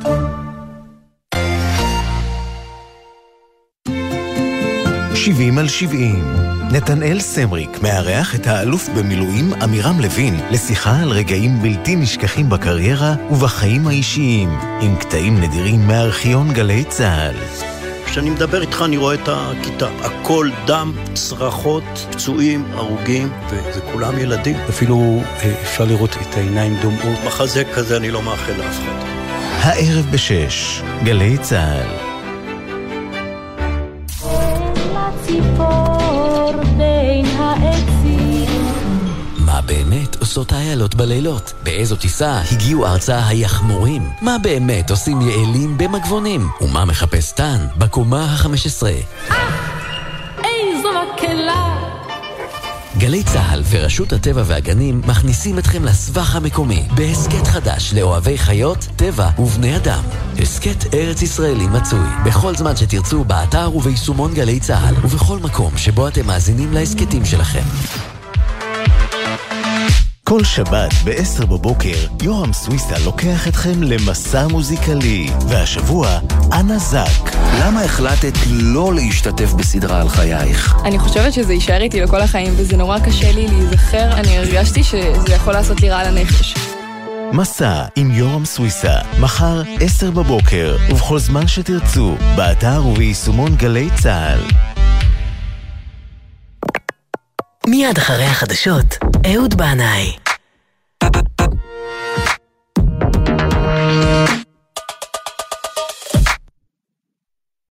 שבעים על שבעים. נתנאל סמריק מארח את האלוף במילואים אמירם לוין לשיחה על רגעים בלתי נשכחים בקריירה ובחיים האישיים, עם קטעים נדירים מארכיון גלי צהל. כשאני מדבר איתך אני רואה את הכיתה, הכל דם, צרחות, פצועים, הרוגים, וזה כולם ילדים. אפילו אפשר לראות את העיניים דומעות. מחזה כזה אני לא מאחל לאף אחד. הערב בשש, גלי צהל. ציפור בין העצים. מה באמת עושות האיילות בלילות? באיזו טיסה הגיעו ארצה היחמורים? מה באמת עושים יעלים במגבונים? ומה מחפש טן בקומה ה-חמש עשרה? אה, איזו מקלה. גלי צהל ורשות הטבע והגנים מכניסים אתכם לסבך המקומי בהסקט חדש לאוהבי חיות, טבע ובני אדם. הסקט ארץ ישראלי מצוי בכל זמן שתרצו באתר וביישומון גלי צהל ובכל מקום שבו אתם מאזינים להסקטים שלכם. כל שבת ב-עשר בבוקר יורם סוויסה לוקח אתכם למסע מוזיקלי, והשבוע אנה זק. למה החלטת לא להשתתף בסדרה על חייך? אני חושבת שזה יישאר איתי לכל החיים וזה נורא קשה לי להיזכר. אני הרגשתי שזה יכול לעשות לי רע לנפש. מסע עם יורם סוויסה, מחר עשר בבוקר ובכל זמן שתרצו, באתר וביישומון גלי צהל. מיד אחרי החדשות, אהוד בנאי.